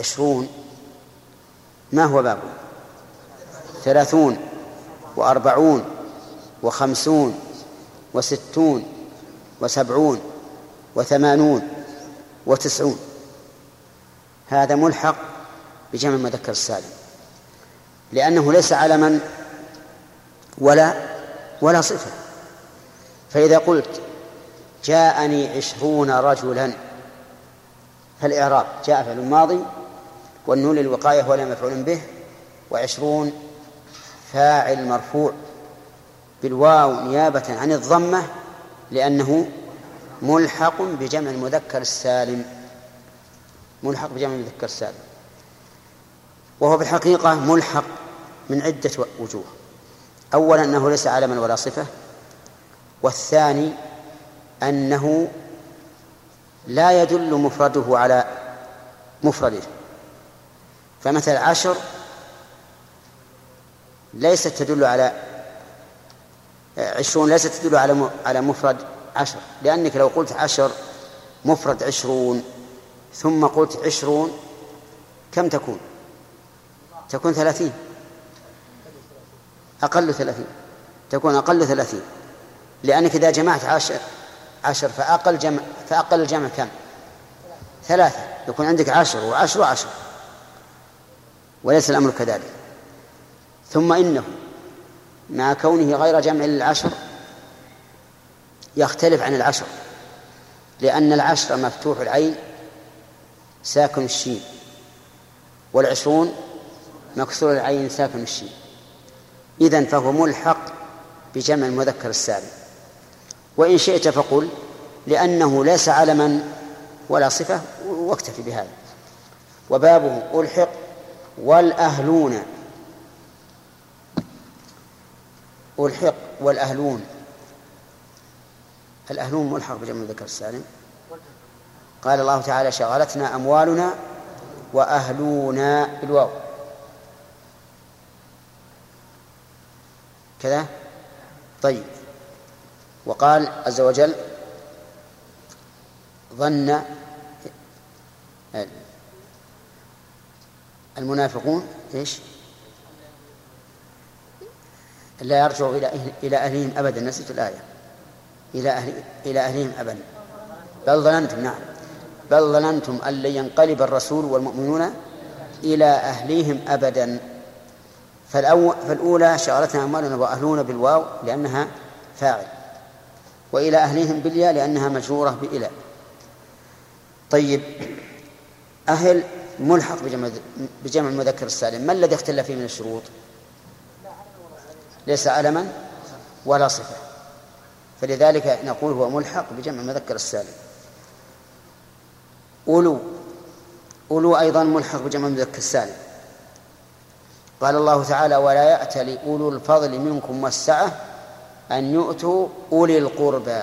عشرون ما هو بابه؟ ثلاثون وأربعون وخمسون وستون وسبعون وثمانون وتسعون، هذا ملحق بجمع المذكر السالم لأنه ليس علما ولا ولا صفة. فإذا قلت جاءني عشرون رجلا فالإعراب جاء فعل ماضي والنون للوقاية ولا مفعول به، وعشرون فاعل مرفوع بالواو نيابة عن الضمة لأنه ملحق بجمع المذكر السالم، ملحق بجمع المذكر السالم، وهو بالحقيقة ملحق من عدة وجوه. أولا أنه ليس علما ولا صفة، والثاني أنه لا يدل مفرده على مفرده. فمثل عشر ليست تدل على عشرون ليست تدل على على مفرد عشر، لأنك لو قلت عشر مفرد عشرون ثم قلت عشرون كم تكون؟ تكون ثلاثين، أقل ثلاثين، تكون أقل ثلاثين، لأنك إذا جمعت عشر عشر فأقل جمع فأقل الجمع كم؟ ثلاثة، يكون عندك عشر وعشر وعشر، وليس الأمر كذلك. ثم إنه مع كونه غير جمع للعشر يختلف عن العشر، لأن العشر مفتوح العين ساكن الشين، والعشرون مكسور العين ساكن الشين، إذن فهو ملحق بجمع المذكر السالم. وإن شئت فقل لأنه ليس علما ولا صفة واكتفي بهذا. وبابه ألحق والأهلون، ألحق والأهلون، الأهلون ملحق بجمع المذكر السالم. قال الله تعالى شغلتنا أموالنا وأهلونا بالواو كذا. طيب، وقال عز وجل ظن المنافقون إيش؟ لا يرجعوا إلى أهلهم أبدا، نسيت الآية، إلى أهل إلى أهلهم أبدا، بل ظننتم، نعم، بل ظننتم أن لن ينقلب الرسول والمؤمنون إلى أهليهم أبدا. فالأولى شغلتنا أموالنا وأهلون بالواو لأنها فاعل، وإلى أهليهم بالياء لأنها مجرورة بإلى. طيب، أهل ملحق بجمع, بجمع المذكر السالم، ما الذي اختل فيه من الشروط؟ ليس علما ولا صفة، فلذلك نقول هو ملحق بجمع المذكر السالم. أولو، أولو أيضا ملحق بجمع المذكر السالم. قال الله تعالى ولا يأتل أولو الفضل منكم والسعة أن يؤتوا أولي القربى،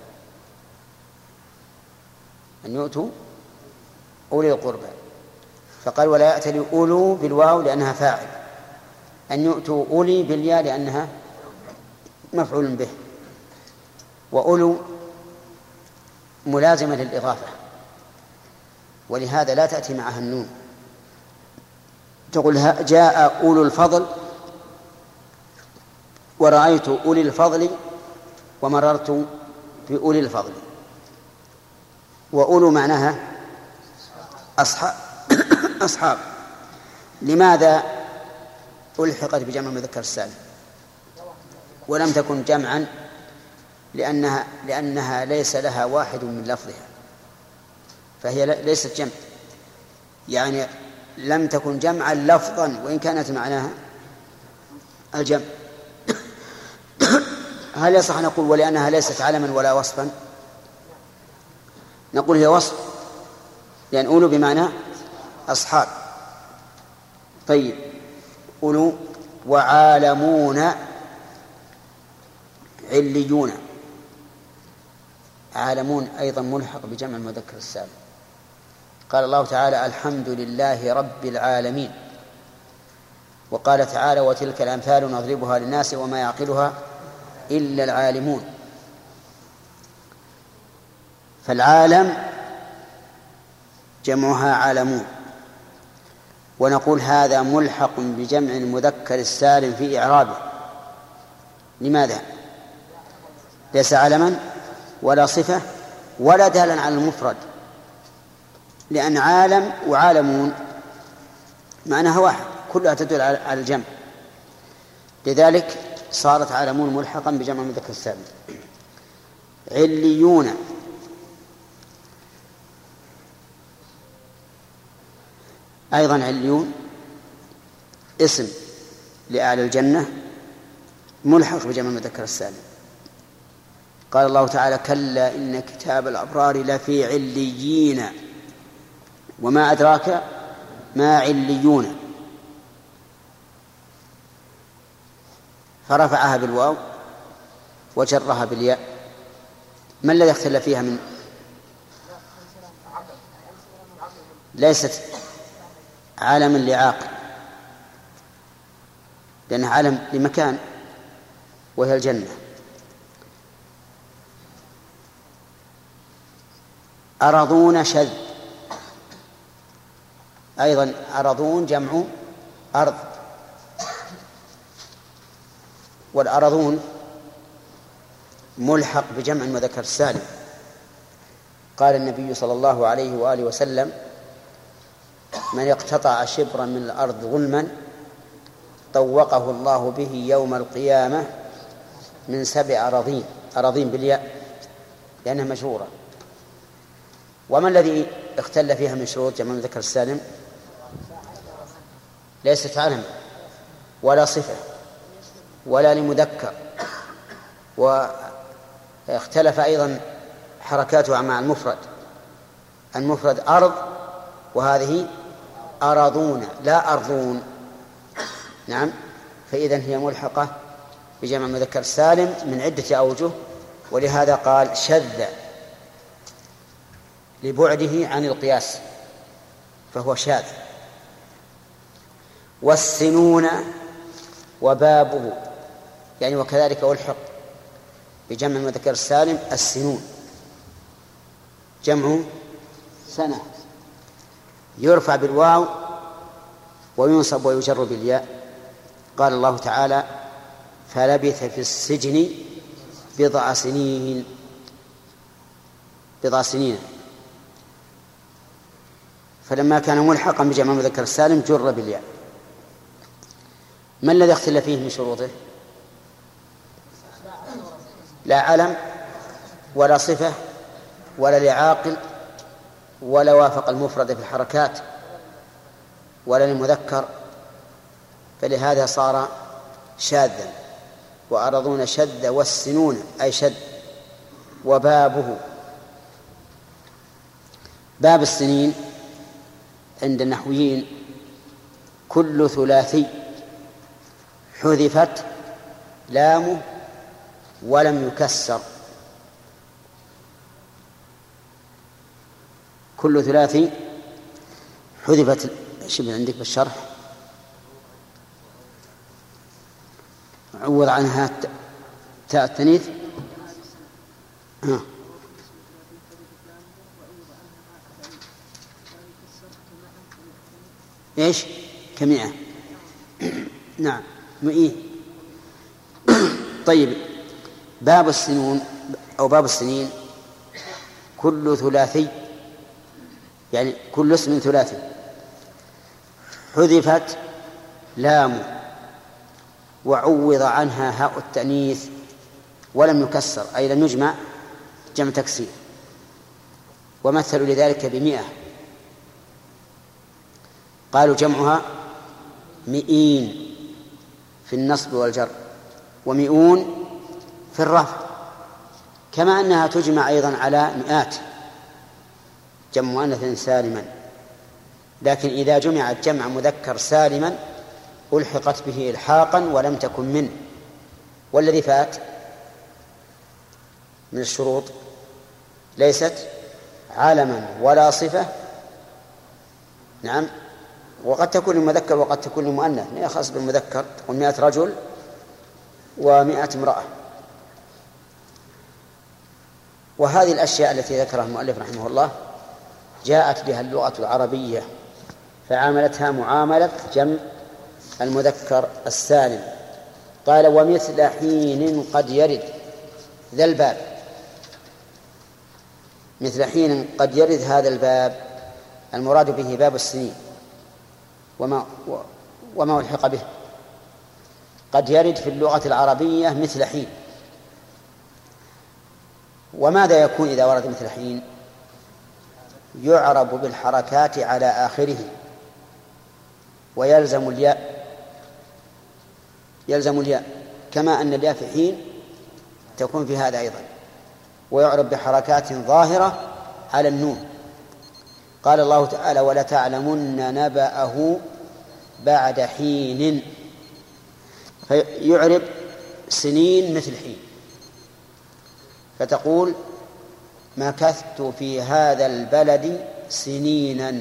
أن يؤتوا أولي القربى، فقال ولا يأتل أولو بالواو لأنها فاعل، أن يؤتوا أولي بالياء لأنها مفعول به. وأولو ملازمة للإضافة، ولهذا لا تأتي معها النون، تقول جاء أولو الفضل ورأيت أولي الفضل ومررت بأولي الفضل. وأولو معناها أصحاب أصحاب. لماذا ألحقت بجمع المذكر السالم ولم تكن جمعا؟ لأنها لأنها ليس لها واحد من لفظها، فهي ليست جمع، يعني لم تكن جمعا لفظا وإن كانت معناها الجمع. هل يصح نقول ولأنها ليست علما ولا وصفا؟ نقول هي وصف، لأن أولو بمعنى أصحاب. طيب، أولو وعالمون عليون، عالمون أيضا ملحق بجمع المذكر السالم. قال الله تعالى الحمد لله رب العالمين، وقال تعالى وتلك الأمثال نضربها للناس وما يعقلها إلا العالمون. فالعالم جمعها عالمون، ونقول هذا ملحق بجمع المذكر السالم في إعرابه. لماذا؟ ليس علما ولا صفة ولا دالا على المفرد، لأن عالم وعالمون معناها واحد، كلها تدل على الجمع، لذلك صارت عالمون ملحقا بجمع المذكر السالم. عليون أيضا، عليون اسم لأهل الجنة ملحق بجمع المذكر السالم. قال الله تعالى: كلا إن كتاب الأبرار لفي عليين وما أدراك ما عليون، فرفعها بالواو وجرها بالياء. ما الذي اختلف فيها؟ من ليست عالما لعاقل، لأنها عالم لمكان وهي الجنة. أرضون شذ، أيضا أرضون جمع أرض، والأرضون ملحق بجمع المذكر السالم. قال النبي صلى الله عليه وآله وسلم: من اقتطع شبرا من الأرض ظلما طوقه الله به يوم القيامة من سبع أراضين، أراضين بالياء لأنها مشهورة. وما الذي اختل فيها من شروط جمع المذكر السالم؟ ليست علم ولا صفة ولا لمذكر، واختلف أيضا حركاتها مع المفرد. المفرد أرض، وهذه أراضون لا أرضون. نعم، فإذن هي ملحقة بجمع المذكر السالم من عدة أوجه، ولهذا قال شذ لبعده عن القياس فهو شاذ. والسنون وبابه، يعني وكذلك ألحق بجمع المذكر السالم السنون، جمع سنة، يرفع بالواو وينصب ويجر بالياء. قال الله تعالى: فلبث في السجن بضع سنين بضع سنين فلما كان ملحقا بجمع المذكر السالم جر بالياء. ما الذي اختلف فيه من شروطه؟ لا علم ولا صفة ولا لعاقل ولا وافق المفرد في الحركات ولا للمذكر، فلهذا صار شاذا. وأرضون شد والسنون أي شد. وبابه، باب السنين عند النحويين كل ثلاثي حذفت لامه ولم يكسر. كل ثلاثي حذفت، شبه عندك بالشرح، عوض عنها تاء التانيث. ها ايش؟ كمئة. نعم مئة. طيب، باب السنون أو باب السنين كل ثلاثي، يعني كل اسم ثلاثي حذفت لام وعوض عنها هاء التأنيث ولم يكسر، أي لم يجمع جمع تكسير، ومثلوا لذلك بمئة، قالوا جمعها مئين في النصب والجر ومئون في الرفع، كما أنها تجمع أيضا على مئات جمع مؤنث سالما، لكن إذا جمعت جمع مذكر سالما ألحقت به إلحاقا ولم تكن منه. والذي فات من الشروط ليست علما ولا صفة. نعم، وقد تكون المذكر وقد تكون المؤنث، ما يخص بالمذكر تقول مئة رجل ومئة امرأة. وهذه الأشياء التي ذكرها المؤلف رحمه الله جاءت بها اللغة العربية فعاملتها معاملة جمع المذكر السالم. قال ومثل حين قد يرد ذا الباب. مثل حين قد يرد هذا الباب المراد به باب السنين وما وما ألحق به. قد يرد في اللغة العربية مثل حين. وماذا يكون إذا ورد مثل حين؟ يعرب بالحركات على آخره ويلزم الياء يلزم الياء كما أن الياء في حين تكون في هذا أيضا، ويعرب بحركات ظاهرة على النون. قال الله تعالى ولتعلمن نبأه بعد حين، فيعرب سنين مثل حين، فتقول مكثت في هذا البلد سنينا،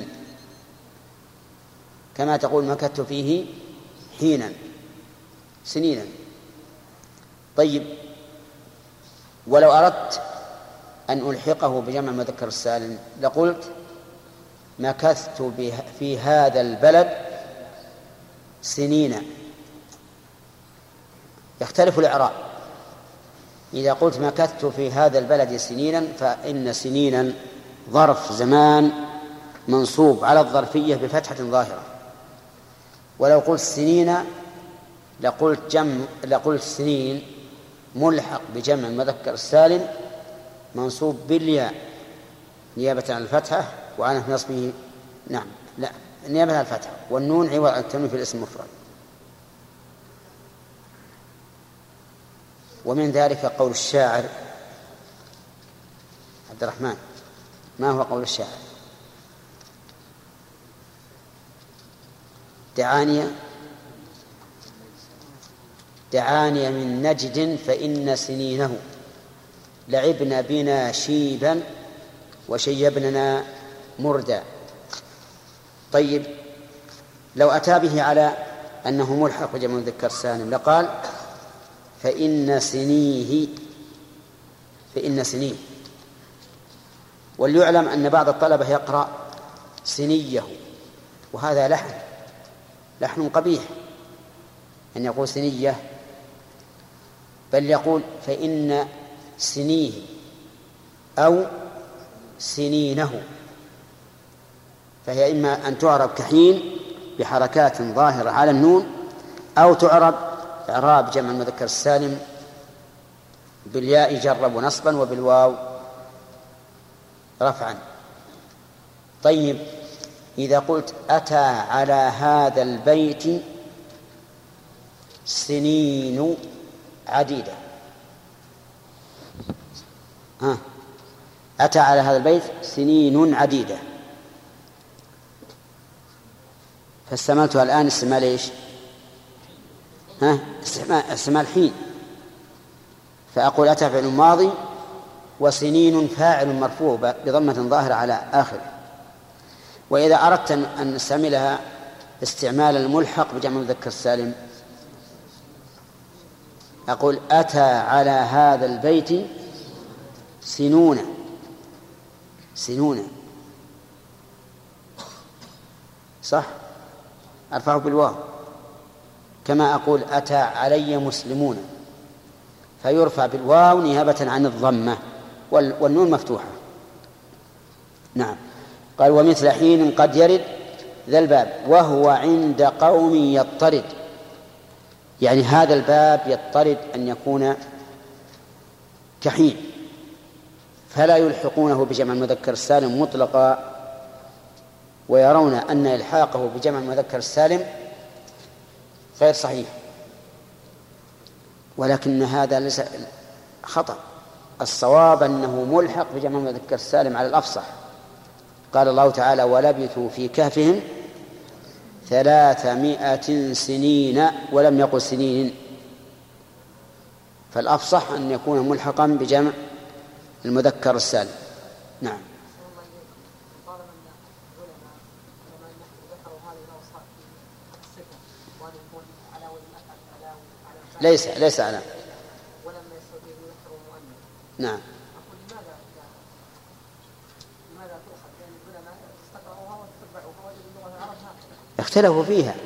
كما تقول مكثت فيه حينا سنينا. طيب، ولو أردت أن ألحقه بجمع المذكر السالم لقلت مكثت في هذا البلد سنين. يختلف الإعراب. إذا قلت مكثت في هذا البلد سنينا فإن سنينا ظرف زمان منصوب على الظرفية بفتحة ظاهرة. ولو قلت سنين لقلت جمع لقلت سنين ملحق بجمع المذكر السالم منصوب بالياء نيابة عن الفتحة وعن نصبه. نعم لا نيابة عن الفتحة، والنون عوض عن التنوين في الاسم المفرد. ومن ذلك قول الشاعر عبد الرحمن. ما هو قول الشاعر؟ دعاني دعاني من نجد فإن سنينه لعبنا بنا شيبا وشيبننا مردا. طيب، لو أتى به على أنه ملحق بجمع المذكر السالم لقال فإن سنيه فإن سنيه. وليعلم أن بعض الطلبة يقرأ سنيه، وهذا لحن لحن قبيح أن يقول سنيه، بل يقول فإن سنيه أو سنينه، فهي إما أن تعرب كحين بحركات ظاهرة على النون، أو تعرب إعراب جمع المذكر السالم بالياء جرب نصبا وبالواو رفعا. طيب، إذا قلت أتى على هذا البيت سنين عديدة، ها أتى على هذا البيت سنين عديدة، فاستعملتها الآن استعمال إيش؟ ها استعمال حين، فأقول أتى فعل ماضي وسنين فاعل مرفوع بضمة ظاهرة على آخره. وإذا أردت أن نستعملها استعمال الملحق بجمع المذكر السالم أقول أتى على هذا البيت سنون سنون صح، أرفعه بالواو، كما أقول أتى علي مسلمون، فيرفع بالواو نيابة عن الضمة والنون مفتوحة. نعم. قال ومثل حين قد يرد ذا الباب وهو عند قوم يضطرد، يعني هذا الباب يضطرد أن يكون كحين، فلا يلحقونه بجمع المذكر السالم مطلقا، ويرون أن إلحاقه بجمع المذكر السالم غير صحيح، ولكن هذا ليس خطأ. الصواب أنه ملحق بجمع المذكر السالم على الأفصح. قال الله تعالى ولبثوا في كهفهم ثلاثمائة سنين، ولم يقل سنين، فالأفصح أن يكون ملحقا بجمع المذكر السالم. نعم. ليس ليس على نعم. اختلفوا فيها،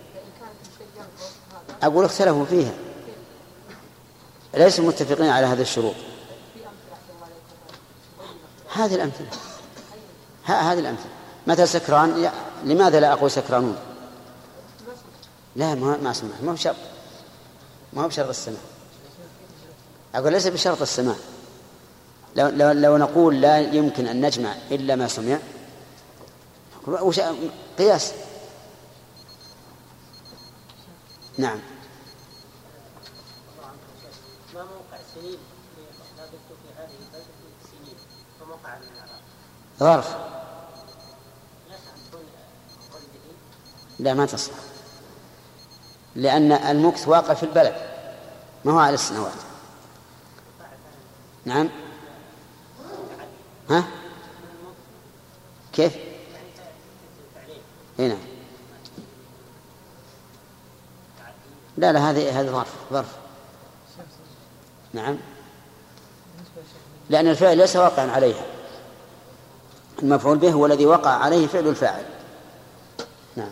أقول اختلفوا فيها، ليسوا متفقين على هذه الشروط. هذه الأمثلة هذه الأمثلة متى سكران؟ لماذا لا أقول سكرانون؟ لا ما أسمع، ما هو شرط، ما هو بشرط السماع. أقول ليس بشرط السماع. لو, لو, لو نقول لا يمكن أن نجمع إلا ما سمع، قياس. نعم. ما موقع سنين لا بث في هذه البلدة سنين فموقع من العراق ظرف؟ لا ما تصلح، لأن المكث واقع في البلد ما هو على السنوات. نعم. ها كيف؟ هنا لا لا هذه هذه ظرف ظرف. نعم. لأن الفعل ليس واقعا عليها، المفعول به هو الذي وقع عليه فعل الفاعل. نعم.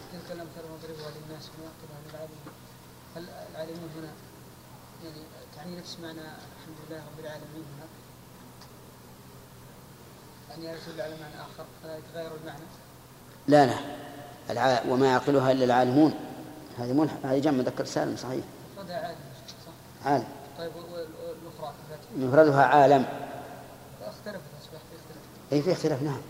هل العالمون هنا يعني تعني نفس معنى الحمد لله رب العالمين هنا؟ يعني يرسل على معنى آخر فلا يتغير المعنى؟ لا لا الع... وما يعقلها إلا العالمون، هذه ملح... هذه جمع مذكر سالم صحيح. مفردها عالم صح؟ عالم. طيب والأخرى مفردها عالم. اختلف أصبح في اختلاف. أي في اختلاف. نعم.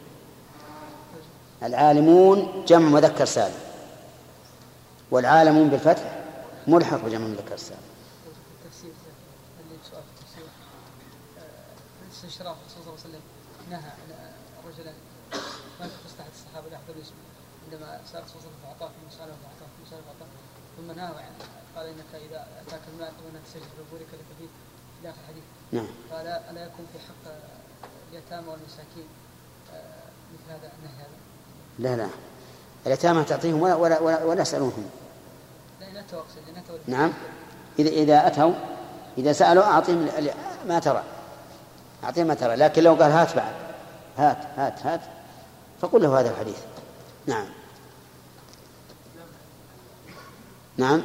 العالمون جمع مذكر سالم، والعالمون بالفتح ملحق بجمع مذكر سالم. التفسير اللي سؤال في التفسير الاستشراف الرسول صلى الله عليه وسلم نهى رجلا ما في مصلحة الصحابة لا يحضر اسمه عندما سأل الرسول صلى الله عليه وسلم فأعطاه في مسألة فأعطاه في مسألة فأعطاه ثم نهى يعني قال إنك إذا أتاك المال وأن تسجد بورك لك فيه إلى آخر الحديث. نعم. قال ألا يكون في حق اليتامى والمساكين مثل هذا النهي هذا؟ لا لا اليتامى تعطيهم ولا ولا ولا, ولا يسألونهم. لا لا توقصد لا توقصد. نعم. إذا إذا أتوا إذا سألوا أعطيهم ما ترى، أعطيهم ما ترى، لكن لو قال هات بعد هات هات هات فقل له هذا الحديث. نعم. نعم.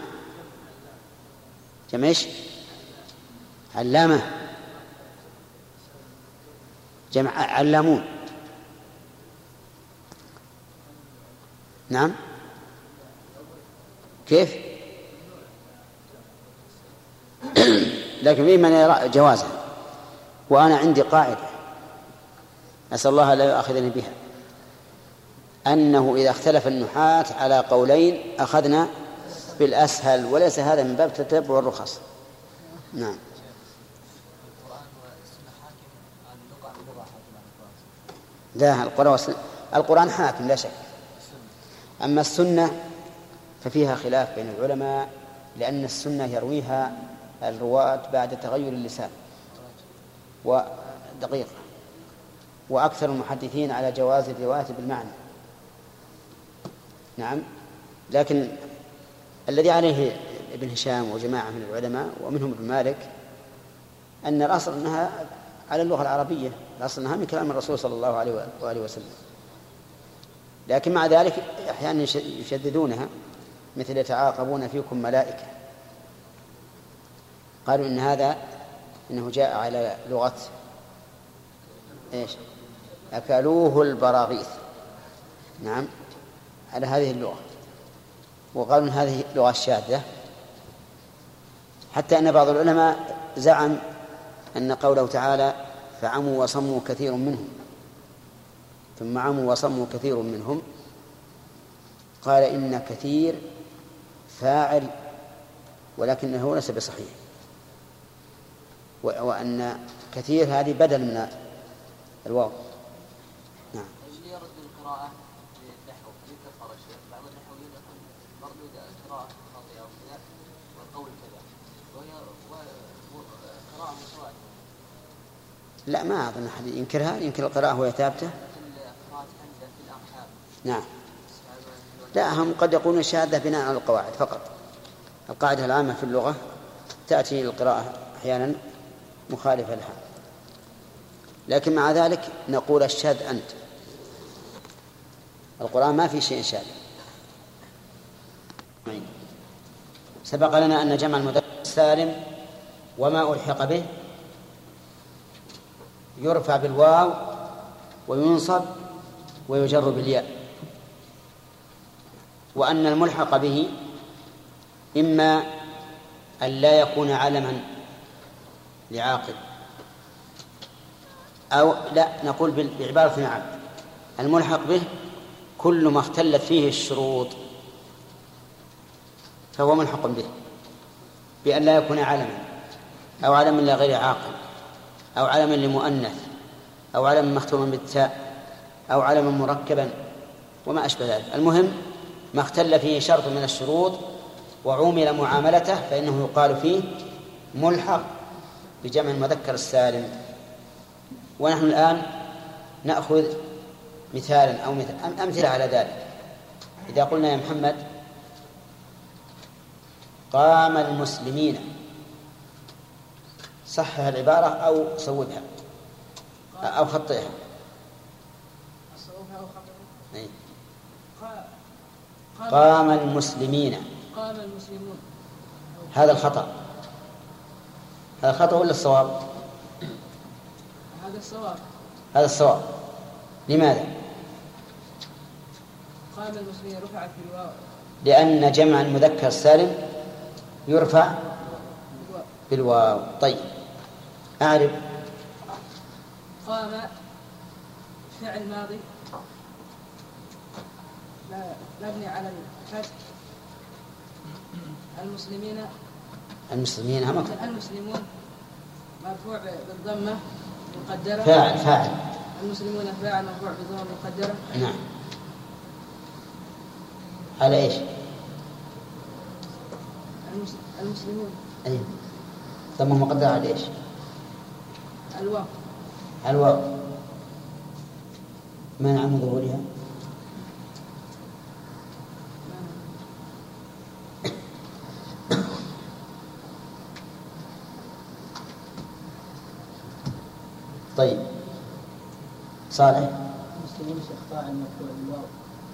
جمع إيش؟ علامة. جمع علامون. نعم. كيف؟ لكن في من يرى جوازا، وأنا عندي قاعدة أسأل الله لا يؤاخذني بها، أنه إذا اختلف النحاة على قولين أخذنا بالأسهل، وليس هذا من باب تتبع الرخص. نعم. لا القرآن القرآن حاكم لا شك، أما السنة ففيها خلاف بين العلماء، لأن السنة يرويها الرواة بعد تغير اللسان ودقيقة، وأكثر المحدثين على جواز الرواية بالمعنى. نعم. لكن الذي عليه ابن هشام وجماعة من العلماء ومنهم ابن مالك أن الأصل أنها على اللغة العربية، الأصل أنها من كلام الرسول صلى الله عليه وآله وسلم، لكن مع ذلك أحيانا يشددونها، مثل يتعاقبون فيكم ملائكة، قالوا إن هذا إنه جاء على لغة إيش؟ أكلوه البراغيث. نعم على هذه اللغة، وقالوا إن هذه لغة شاذة، حتى أن بعض العلماء زعم أن قوله تعالى فعموا وصموا كثير منهم ثم عموا وصموا كثير منهم، قال إن كثير فاعل ولكنه ليس بصحيح، وأن كثير هذه بدل من الواو. نعم. اللي يرد القراءة بالنحو يكفر الشيخ، بعض النحو يقول برضو القراءة خاطئة وكذا والقول كذا وهي قراءة متواترة. لا ما أظن أحد ينكرها، ينكر القراءة وهي ثابتة. نعم. لا هم قد يقولون الشهادة بناء على القواعد فقط، القاعدة العامة في اللغة تأتي القراءة أحيانا مخالفة لها، لكن مع ذلك نقول الشاذ أنت، القرآن ما في شيء شاذ، سبق لنا أن جمع المذكر السالم وما ألحق به يرفع بالواو وينصب ويجر بالياء، وأن الملحق به إما أن لا يكون علما لعاقل، أو لا نقول بعبارة نعم، الملحق به كل ما اختلت فيه الشروط فهو ملحق به، بأن لا يكون علما أو علما لغير عاقل أو علما لمؤنث أو علما مختوما بالتاء أو علما مركبا وما أشبه ذلك. المهم ما اختل فيه شرط من الشروط وعومل معاملته فإنه يقال فيه ملحق بجمع المذكر السالم. ونحن الآن نأخذ مثالا أو مثل أمثلة على ذلك. إذا قلنا يا محمد قام المسلمين، صحح العبارة أو صوبها أو خطئها. قام المسلمين، قام المسلمون، هذا الخطأ. هذا الخطأ ولا الصواب؟ هذا الصواب. هذا الصواب. لماذا؟ قام المسلمين رفعت بالواو، لأن جمع المذكر السالم يرفع بالواو. طيب أعرف. قام فعل ماضي مبني على الفتح، المسلمين المسلمين هم المسلمون مرفوع بالضمة مقدرة، فاعل فاعل المسلمون فاعل مرفوع بالضمة مقدرة. نعم. على ايش؟ المسلمون اي ضمة مقدرة على ايش؟ الواو. الواو منع من ظهورها. طيب صالح. المسلمون شيخ فاعل مرفوع بالواو.